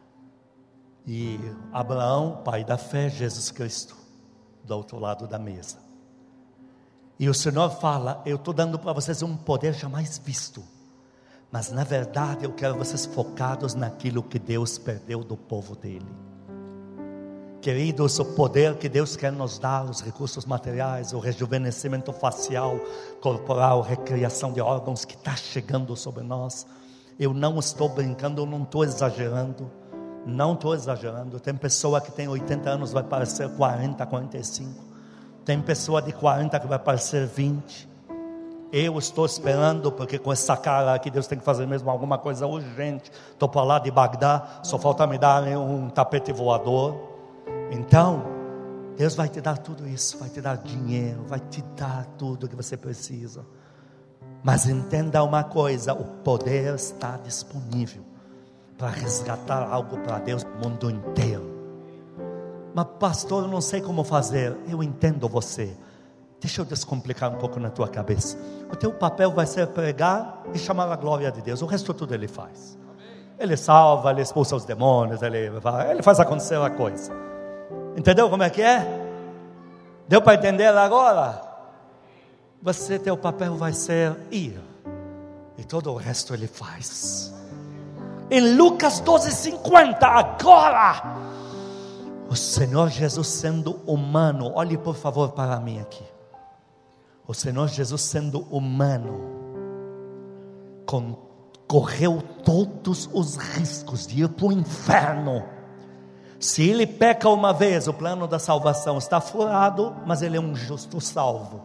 S1: E Abraão, pai da fé, Jesus Cristo do outro lado da mesa. E o Senhor fala: eu estou dando para vocês um poder jamais visto, mas na verdade eu quero vocês focados naquilo que Deus perdeu do povo dele. Queridos, o poder que Deus quer nos dar, os recursos materiais, o rejuvenescimento facial, corporal, recriação de órgãos que está chegando sobre nós. Eu não estou brincando, eu não estou exagerando. Não estou exagerando. Tem pessoa que tem oitenta anos, vai parecer quarenta, quarenta e cinco. Tem pessoa de quarenta que vai parecer vinte. Eu estou esperando, porque com essa cara aqui Deus tem que fazer mesmo alguma coisa urgente. Estou para lá de Bagdá, só falta me dar um tapete voador. Então Deus vai te dar tudo isso, vai te dar dinheiro, vai te dar tudo que você precisa. Mas entenda uma coisa: o poder está disponível para resgatar algo para Deus no mundo inteiro. Mas pastor, eu não sei como fazer. Eu entendo você. Deixa eu descomplicar um pouco na tua cabeça. O teu papel vai ser pregar e chamar a glória de Deus. O resto tudo ele faz. Ele salva, ele expulsa os demônios, ele, ele faz acontecer a coisa. Entendeu como é que é? Deu para entender agora? Você, teu papel vai ser ir, e todo o resto ele faz. Em Lucas doze, cinquenta, agora, o Senhor Jesus sendo humano, olhe por favor para mim aqui. O Senhor Jesus sendo humano, com, correu todos os riscos de ir para o inferno. Se ele peca uma vez, o plano da salvação está furado, mas ele é um justo salvo.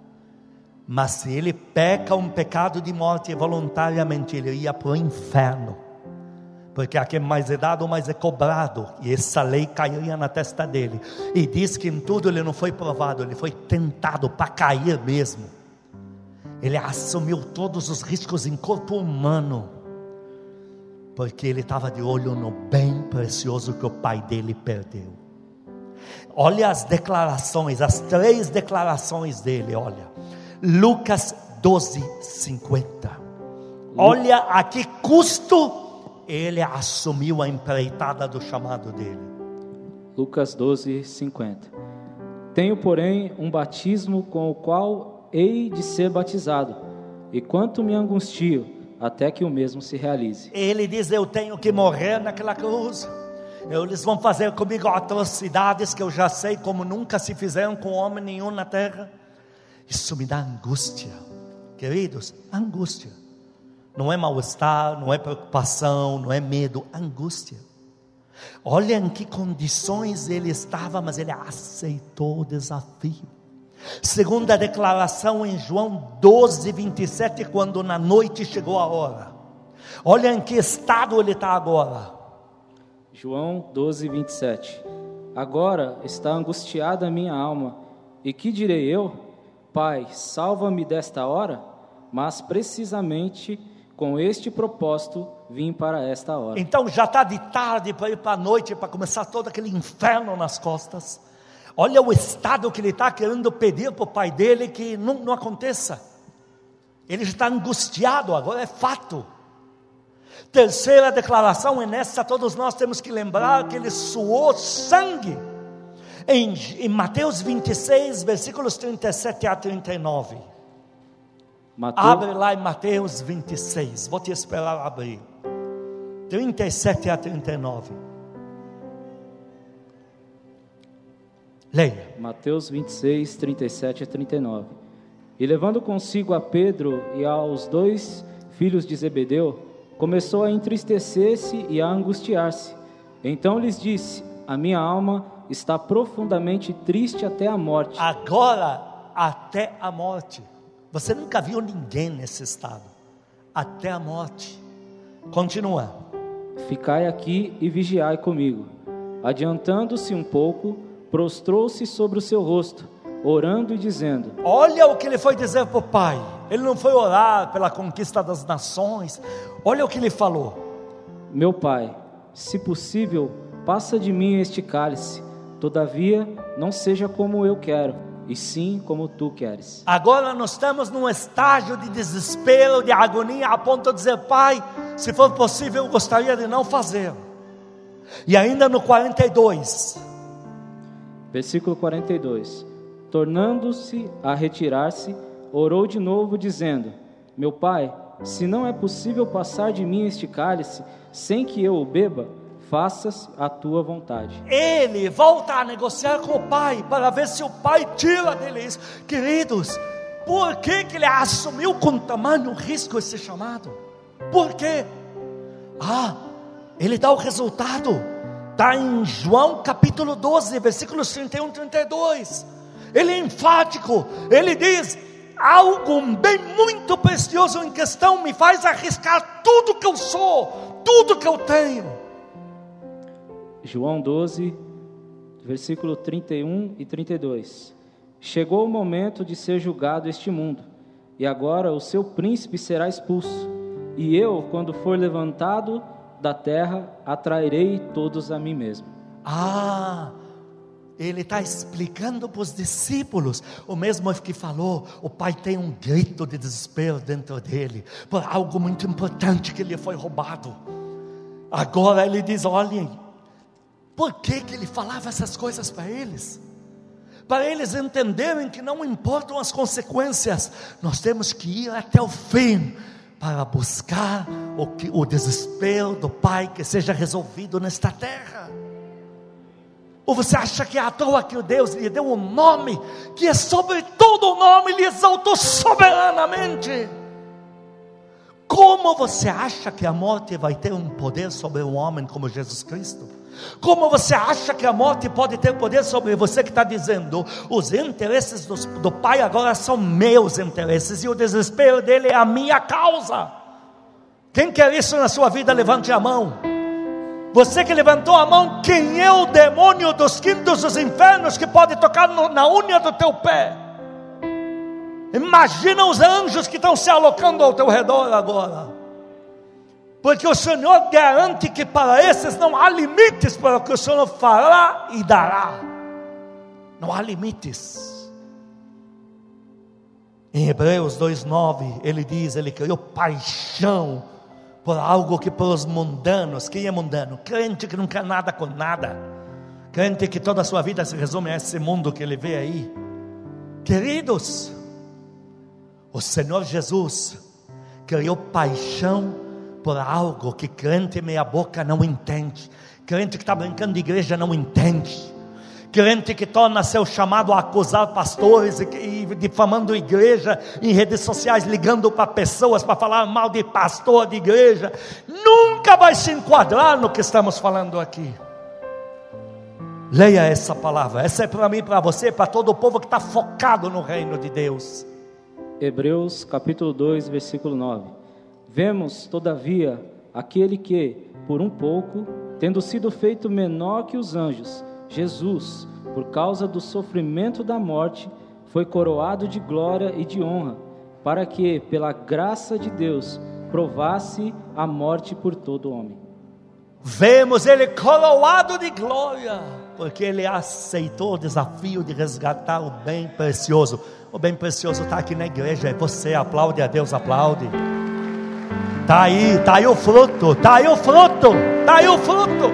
S1: Mas se ele peca um pecado de morte voluntariamente, ele ia para o inferno, porque a quem mais é dado, mais é cobrado, e essa lei cairia na testa dele. E diz que em tudo ele não foi provado, ele foi tentado para cair mesmo. Ele assumiu todos os riscos em corpo humano, porque ele estava de olho no bem precioso que o pai dele perdeu. Olha as declarações, as três declarações dele, olha. Lucas doze, cinquenta. Olha a que custo ele assumiu a empreitada do chamado dele.
S2: Lucas doze, cinquenta. Tenho, porém, um batismo com o qual hei de ser batizado, e quanto me angustio, até que o mesmo se realize.
S1: Ele diz: eu tenho que morrer naquela cruz. Eles vão fazer comigo atrocidades que eu já sei como nunca se fizeram com homem nenhum na terra. Isso me dá angústia, queridos, angústia. Não é mal-estar, não é preocupação, não é medo, angústia. Olha em que condições ele estava, mas ele aceitou o desafio. Segunda declaração em João doze, vinte e sete, quando na noite chegou a hora. Olha em que estado ele está agora.
S2: João doze, vinte e sete. Agora está angustiada a minha alma, e que direi eu? Pai, salva-me desta hora? Mas precisamente com este propósito vim para esta hora.
S1: Então já está de tarde para ir para a noite, para começar todo aquele inferno nas costas. Olha o estado que ele está querendo pedir para o pai dele que não, não aconteça. Ele já está angustiado, agora é fato. Terceira declaração, e nessa todos nós temos que lembrar que ele suou sangue. Em, em Mateus vinte e seis, versículos trinta e sete a trinta e nove. Mateus... Abre lá em Mateus vinte e seis, vou te esperar abrir. trinta e sete a trinta e nove. Leia.
S2: Mateus vinte e seis, trinta e sete a trinta e nove. E levando consigo a Pedro e aos dois filhos de Zebedeu, começou a entristecer-se e a angustiar-se. Então lhes disse: a minha alma está profundamente triste até a morte.
S1: Agora, até a morte. Você nunca viu ninguém nesse estado. Até a morte. Continua.
S2: Ficai aqui e vigiai comigo. Adiantando-se um pouco, prostrou-se sobre o seu rosto, orando e dizendo:
S1: olha o que ele foi dizer para o pai. Ele não foi orar pela conquista das nações. Olha o que ele falou:
S2: meu pai, se possível, passa de mim este cálice. Todavia, não seja como eu quero, e sim como tu queres.
S1: Agora nós estamos num estágio de desespero, de agonia, a ponto de dizer: pai, se for possível, eu gostaria de não fazer. E ainda no quarenta e dois,
S2: versículo quarenta e dois. Tornando-se a retirar-se, orou de novo, dizendo: meu pai, se não é possível passar de mim este cálice, sem que eu o beba, faças a tua vontade.
S1: Ele volta a negociar com o pai, para ver se o pai tira dele isso. Queridos, por que que ele assumiu com tamanho risco esse chamado? Por quê? Ah, ele dá o resultado. Está em João capítulo doze, versículos trinta e um e trinta e dois. Ele é enfático. Ele diz: algo bem muito precioso em questão me faz arriscar tudo que eu sou, tudo que eu tenho.
S2: João doze, versículo trinta e um e trinta e dois. Chegou o momento de ser julgado este mundo, e agora o seu príncipe será expulso. E eu, quando for levantado da terra, atrairei todos a mim mesmo.
S1: Ah, ele está explicando para os discípulos, o mesmo que falou: o pai tem um grito de desespero dentro dele, por algo muito importante que lhe foi roubado. Agora ele diz: olhem, por que que ele falava essas coisas para eles? Para eles entenderem que não importam as consequências, nós temos que ir até o fim, para buscar o, que, o desespero do pai que seja resolvido nesta terra. Ou você acha que é à toa que o Deus lhe deu um nome, que é sobre todo o nome, lhe exaltou soberanamente? Como você acha que a morte vai ter um poder sobre um homem como Jesus Cristo? Como você acha que a morte pode ter poder sobre você que está dizendo, os interesses do, do Pai agora são meus interesses, e o desespero dele é a minha causa? Quem quer isso na sua vida, levante a mão. Você que levantou a mão, quem é o demônio dos quintos dos infernos que pode tocar no, na unha do teu pé? Imagina os anjos que estão se alocando ao teu redor agora, porque o Senhor garante que para esses não há limites para o que o Senhor fará e dará. Não há limites. Em Hebreus dois, nove, ele diz, ele criou paixão por algo que para os mundanos, quem é mundano? Crente que não quer nada com nada, crente que toda a sua vida se resume a esse mundo que ele vê aí. Queridos, o Senhor Jesus criou paixão por algo que crente meia boca não entende, crente que está brincando de igreja não entende, crente que torna seu chamado a acusar pastores e, e difamando igreja em redes sociais, ligando para pessoas para falar mal de pastor de igreja, nunca vai se enquadrar no que estamos falando aqui. Leia essa palavra, essa é para mim, para você, para todo o povo que está focado no reino de Deus.
S2: Hebreus capítulo dois, versículo nove. Vemos, todavia, aquele que, por um pouco, tendo sido feito menor que os anjos, Jesus, por causa do sofrimento da morte, foi coroado de glória e de honra, para que, pela graça de Deus, provasse a morte por todo homem.
S1: Vemos ele coroado de glória, porque ele aceitou o desafio de resgatar o bem precioso. O bem precioso está aqui na igreja, é você. Aplaude a Deus, aplaude. Está aí, está aí o fruto, está aí o fruto, está aí o fruto.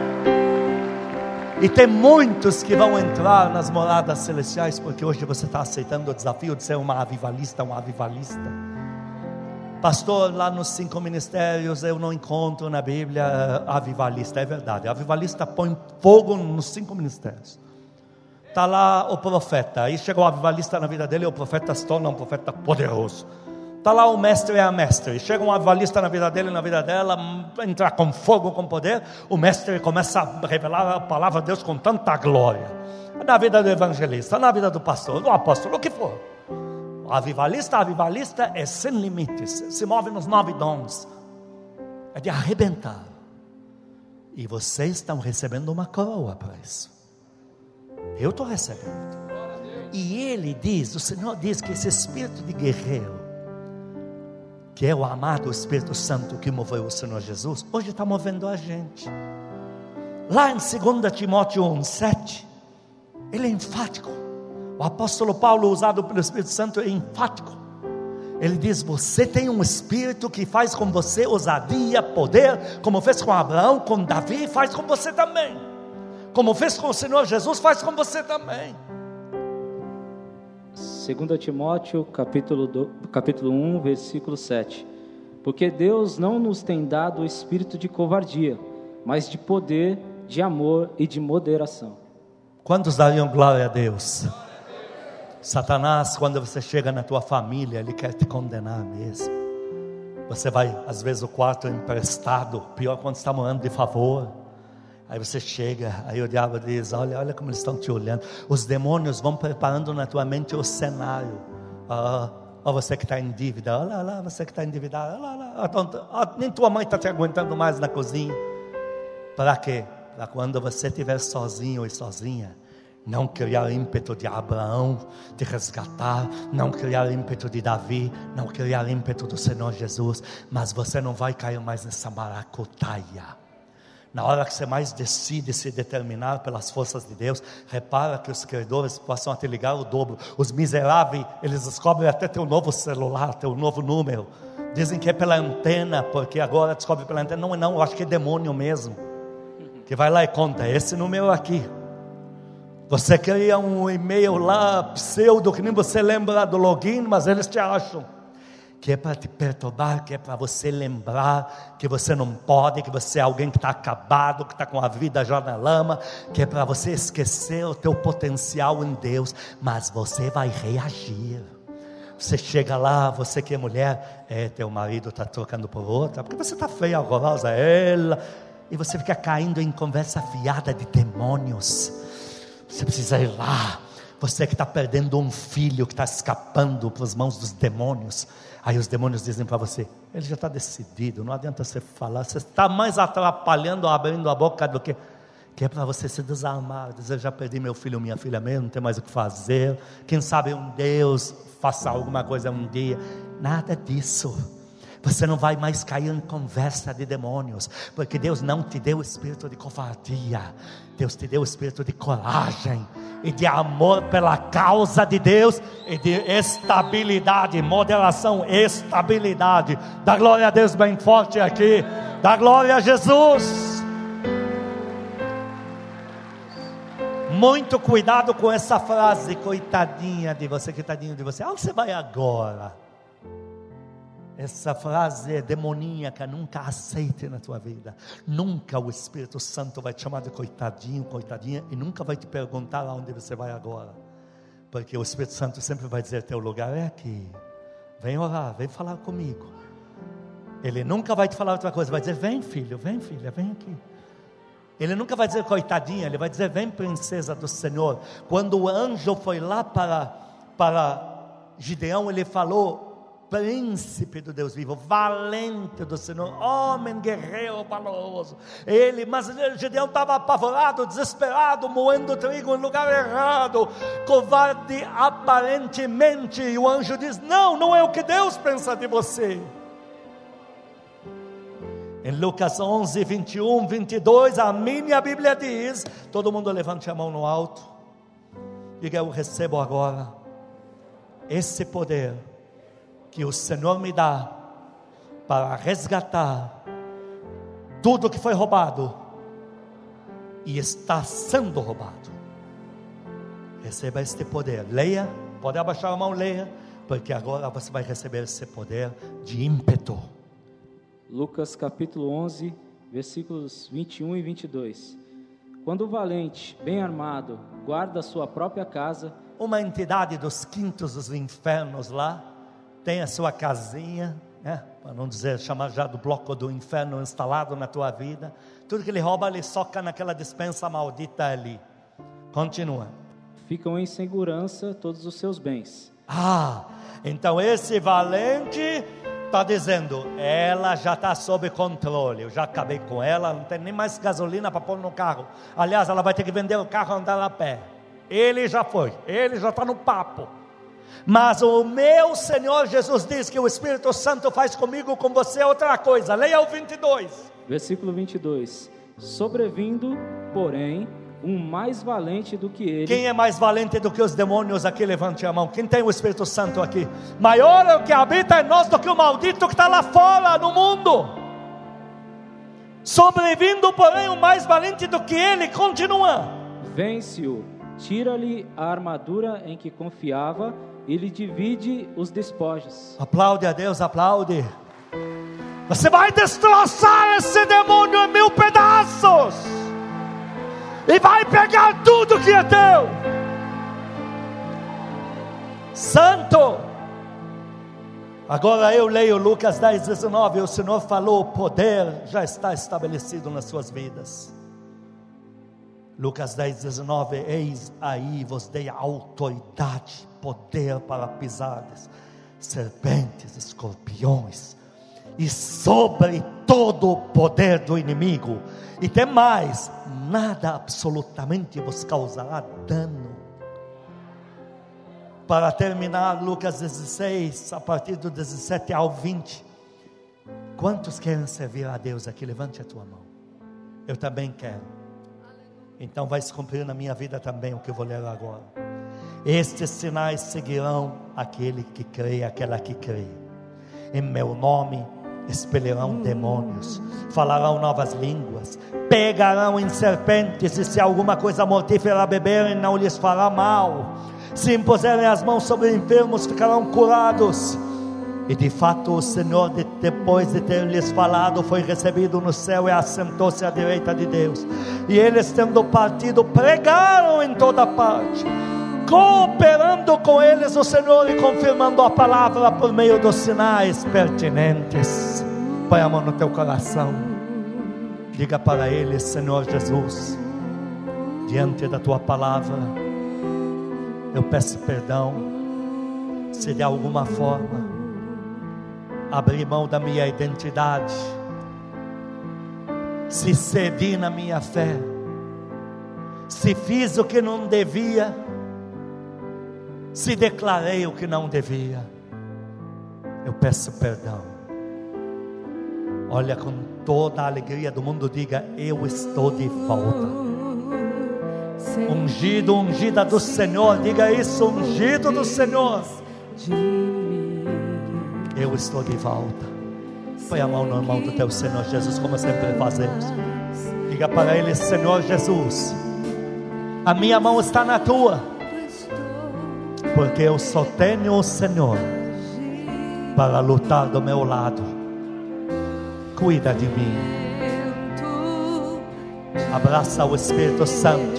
S1: E tem muitos que vão entrar nas moradas celestiais, porque hoje você está aceitando o desafio de ser uma avivalista, um avivalista. Pastor, lá nos cinco ministérios eu não encontro na Bíblia avivalista. É verdade, avivalista põe fogo nos cinco ministérios. Está lá o profeta, aí chegou o avivalista na vida dele, e o profeta se torna um profeta poderoso. Está lá o mestre e a mestre, chega um avivalista na vida dele, na vida dela, entrar com fogo, com poder, o mestre começa a revelar a palavra de Deus com tanta glória. Na vida do evangelista, na vida do pastor, do apóstolo, o que for. O avivalista, avivalista é sem limites, se move nos nove dons, é de arrebentar. E vocês estão recebendo uma coroa para isso. Eu estou recebendo. E ele diz, o Senhor diz que esse espírito de guerreiro, que é o amado Espírito Santo que moveu o Senhor Jesus, hoje está movendo a gente. Lá em dois Timóteo um, sete, ele é enfático. O apóstolo Paulo, usado pelo Espírito Santo, é enfático. Ele diz, você tem um espírito que faz com você ousadia, poder, como fez com Abraão, com Davi, faz com você também. Como fez com o Senhor Jesus, faz com você também.
S2: dois Timóteo capítulo, do, capítulo um, versículo sete. Porque Deus não nos tem dado o espírito de covardia, mas de poder, de amor e de moderação.
S1: Quantos dariam glória a Deus? Satanás, quando você chega na tua família, ele quer te condenar mesmo. Você vai, às vezes o quarto é emprestado, pior quando está morando de favor. Aí você chega, aí o diabo diz, olha, olha como eles estão te olhando. Os demônios vão preparando na tua mente o cenário. Ó, oh, você que está em dívida, olha lá, você que está endividado, olha lá, olha, nem tua mãe está te aguentando mais na cozinha. Para quê? Para quando você estiver sozinho e sozinha, não criar ímpeto de Abraão, de resgatar, não criar ímpeto de Davi, não criar ímpeto do Senhor Jesus, mas você não vai cair mais nessa maracutaia. Na hora que você mais decide se determinar pelas forças de Deus, repara que os credores passam a te ligar o dobro. Os miseráveis, eles descobrem até teu novo celular, teu novo número. Dizem que é pela antena, porque agora descobre pela antena. Não, não, eu acho que é demônio mesmo, que vai lá e conta, esse número aqui. Você cria um e-mail lá, pseudo, que nem você lembra do login, mas eles te acham que é para te perturbar, que é para você lembrar que você não pode, que você é alguém que está acabado, que está com a vida já na lama, que é para você esquecer o teu potencial em Deus. Mas você vai reagir, Você chega lá, você que é mulher, é, teu marido está trocando por outra, porque você está feia, horrorosa, ela, e você fica caindo em conversa fiada de demônios. Você precisa ir lá. Você que está perdendo um filho, que está escapando para as mãos dos demônios, aí os demônios dizem para você, ele já está decidido, não adianta você falar, você está mais atrapalhando, abrindo a boca do que... que é para você se desarmar, dizer, já perdi meu filho, minha filha mesmo, não tem mais o que fazer, quem sabe um Deus faça alguma coisa um dia. Nada disso. Você não vai mais cair em conversa de demônios, porque Deus não te deu o espírito de covardia, Deus te deu o espírito de coragem, e de amor pela causa de Deus, e de estabilidade, moderação, estabilidade. Dá glória a Deus bem forte aqui, dá glória a Jesus. Muito cuidado com essa frase, coitadinha de você, coitadinho de você, aonde você vai agora? Essa frase é demoníaca, nunca aceite na tua vida. Nunca o Espírito Santo vai te chamar de coitadinho, coitadinha, e nunca vai te perguntar aonde você vai agora, porque o Espírito Santo sempre vai dizer, teu lugar é aqui, vem orar, vem falar comigo. Ele nunca vai te falar outra coisa, vai dizer, vem filho, vem filha, vem aqui. Ele nunca vai dizer coitadinha, ele vai dizer, vem princesa do Senhor. Quando o anjo foi lá para, para Gideão, ele falou, príncipe do Deus vivo, valente do Senhor, homem guerreiro valoroso. Ele, mas Gideão estava apavorado, desesperado, moendo trigo no lugar errado, covarde aparentemente, e o anjo diz, não, não é o que Deus pensa de você. Em Lucas onze, vinte e um, vinte e dois, a minha Bíblia diz, todo mundo levante a mão no alto, diga, eu recebo agora esse poder que o Senhor me dá para resgatar tudo que foi roubado e está sendo roubado. Receba este poder, leia, pode abaixar a mão, leia, porque agora você vai receber esse poder de ímpeto.
S2: Lucas capítulo onze, versículos vinte e um e vinte e dois. Quando o valente, bem armado, guarda a sua própria casa,
S1: uma entidade dos quintos dos infernos lá, tem a sua casinha, né? Para não dizer, chamar já do bloco do inferno instalado na tua vida, tudo que ele rouba, ele soca naquela despensa maldita ali. Continua.
S2: Ficam em segurança todos os seus bens.
S1: Ah, então esse valente está dizendo, ela já está sob controle, eu já acabei com ela, não tem nem mais gasolina para pôr no carro, aliás ela vai ter que vender o carro e andar a pé. Ele já foi, ele já está no papo, mas o meu Senhor Jesus diz que o Espírito Santo faz comigo, com você outra coisa. Leia o vinte e dois,
S2: versículo vinte e dois. Sobrevindo, porém, um mais valente do que ele.
S1: Quem é mais valente do que os demônios aqui? Levante a mão. Quem tem o Espírito Santo aqui? Maior é o que habita em nós do que o maldito que está lá fora no mundo. Sobrevindo, porém, um mais valente do que ele. Continua.
S2: Vence-o, tira-lhe a armadura em que confiava e lhe divide os despojos.
S1: Aplaude a Deus, aplaude. Você vai destroçar esse demônio em mil pedaços e vai pegar tudo que é teu. Santo. Agora eu leio Lucas dez, dezenove. O Senhor falou, o poder já está estabelecido nas suas vidas. Lucas dez, dezenove. Eis aí vos dei autoridade, poder para pisares serpentes, escorpiões e sobre todo o poder do inimigo, e tem mais, nada absolutamente vos causará dano. Para terminar, Lucas dezesseis, a partir do dezessete ao vinte. Quantos querem servir a Deus aqui? Levante a tua mão. Eu também quero. Então vai se cumprir na minha vida também o que eu vou ler agora. Estes sinais seguirão aquele que crê, aquela que crê. Em meu nome expelirão demônios, falarão novas línguas, pegarão em serpentes, e se alguma coisa mortífera beberem, não lhes fará mal. Se impuserem as mãos sobre enfermos, ficarão curados. E de fato o Senhor, depois de ter lhes falado, foi recebido no céu e assentou-se à direita de Deus. E eles, tendo partido, pregaram em toda parte, cooperando com eles, o Senhor, e confirmando a palavra por meio dos sinais pertinentes. Põe a mão no teu coração, diga para eles: Senhor Jesus, diante da tua palavra, eu peço perdão, se de alguma forma abri mão da minha identidade, se cedi na minha fé, se fiz o que não devia, se declarei o que não devia, eu peço perdão. Olha, com toda a alegria do mundo, diga: eu estou de volta. Ungido, ungida do Senhor, diga isso: ungido do Senhor, eu estou de volta. Põe a mão no mão do teu Senhor Jesus, como sempre fazemos. Diga para Ele: Senhor Jesus, a minha mão está na tua, porque eu só tenho o Senhor para lutar do meu lado. Cuida de mim. Abraça o Espírito Santo.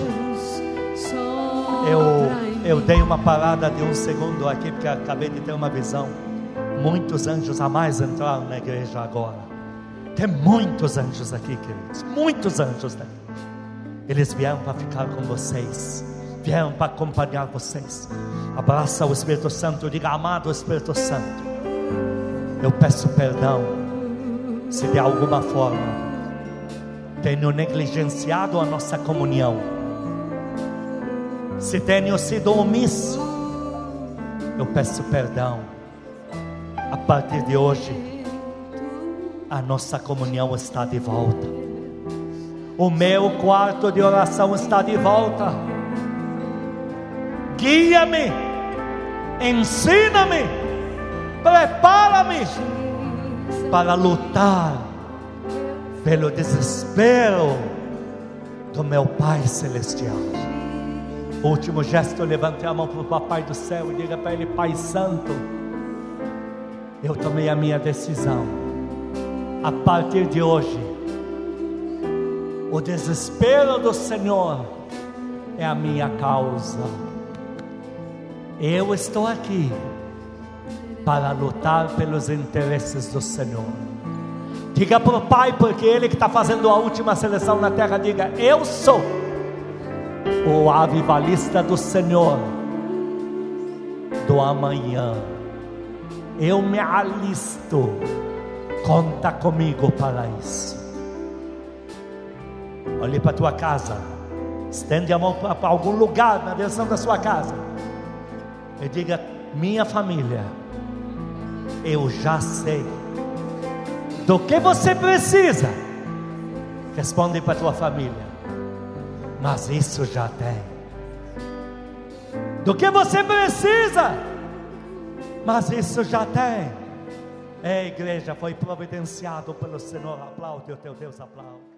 S1: Eu, eu dei uma parada de um segundo aqui, porque acabei de ter uma visão. Muitos anjos a mais entraram na igreja agora. Tem muitos anjos aqui, queridos. Muitos anjos daqui. Eles vieram para ficar com vocês, vieram para acompanhar vocês. Abraça o Espírito Santo. Diga: amado Espírito Santo, eu peço perdão se de alguma forma tenho negligenciado a nossa comunhão, se tenho sido omisso. Eu peço perdão. A partir de hoje, a nossa comunhão está de volta. O meu quarto de oração está de volta. Guia-me, ensina-me, prepara-me para lutar pelo desespero do meu Pai Celestial. Último gesto: levante a mão para o Papai do Céu e diga para Ele: Pai Santo, eu tomei a minha decisão. A partir de hoje, o desespero do Senhor é a minha causa. Eu estou aqui para lutar pelos interesses do Senhor. Diga para o Pai, porque Ele que está fazendo a última seleção na terra. Diga: eu sou o avivalista do Senhor do amanhã. Eu me alisto. Conta comigo para isso. Olhe para a tua casa, estende a mão para algum lugar na direção da sua casa e diga: minha família, eu já sei do que você precisa. Responde para a tua família: mas isso já tem. Do que você precisa, mas isso já tem. É, igreja, foi providenciado pelo Senhor. Aplaude o teu Deus, aplaude.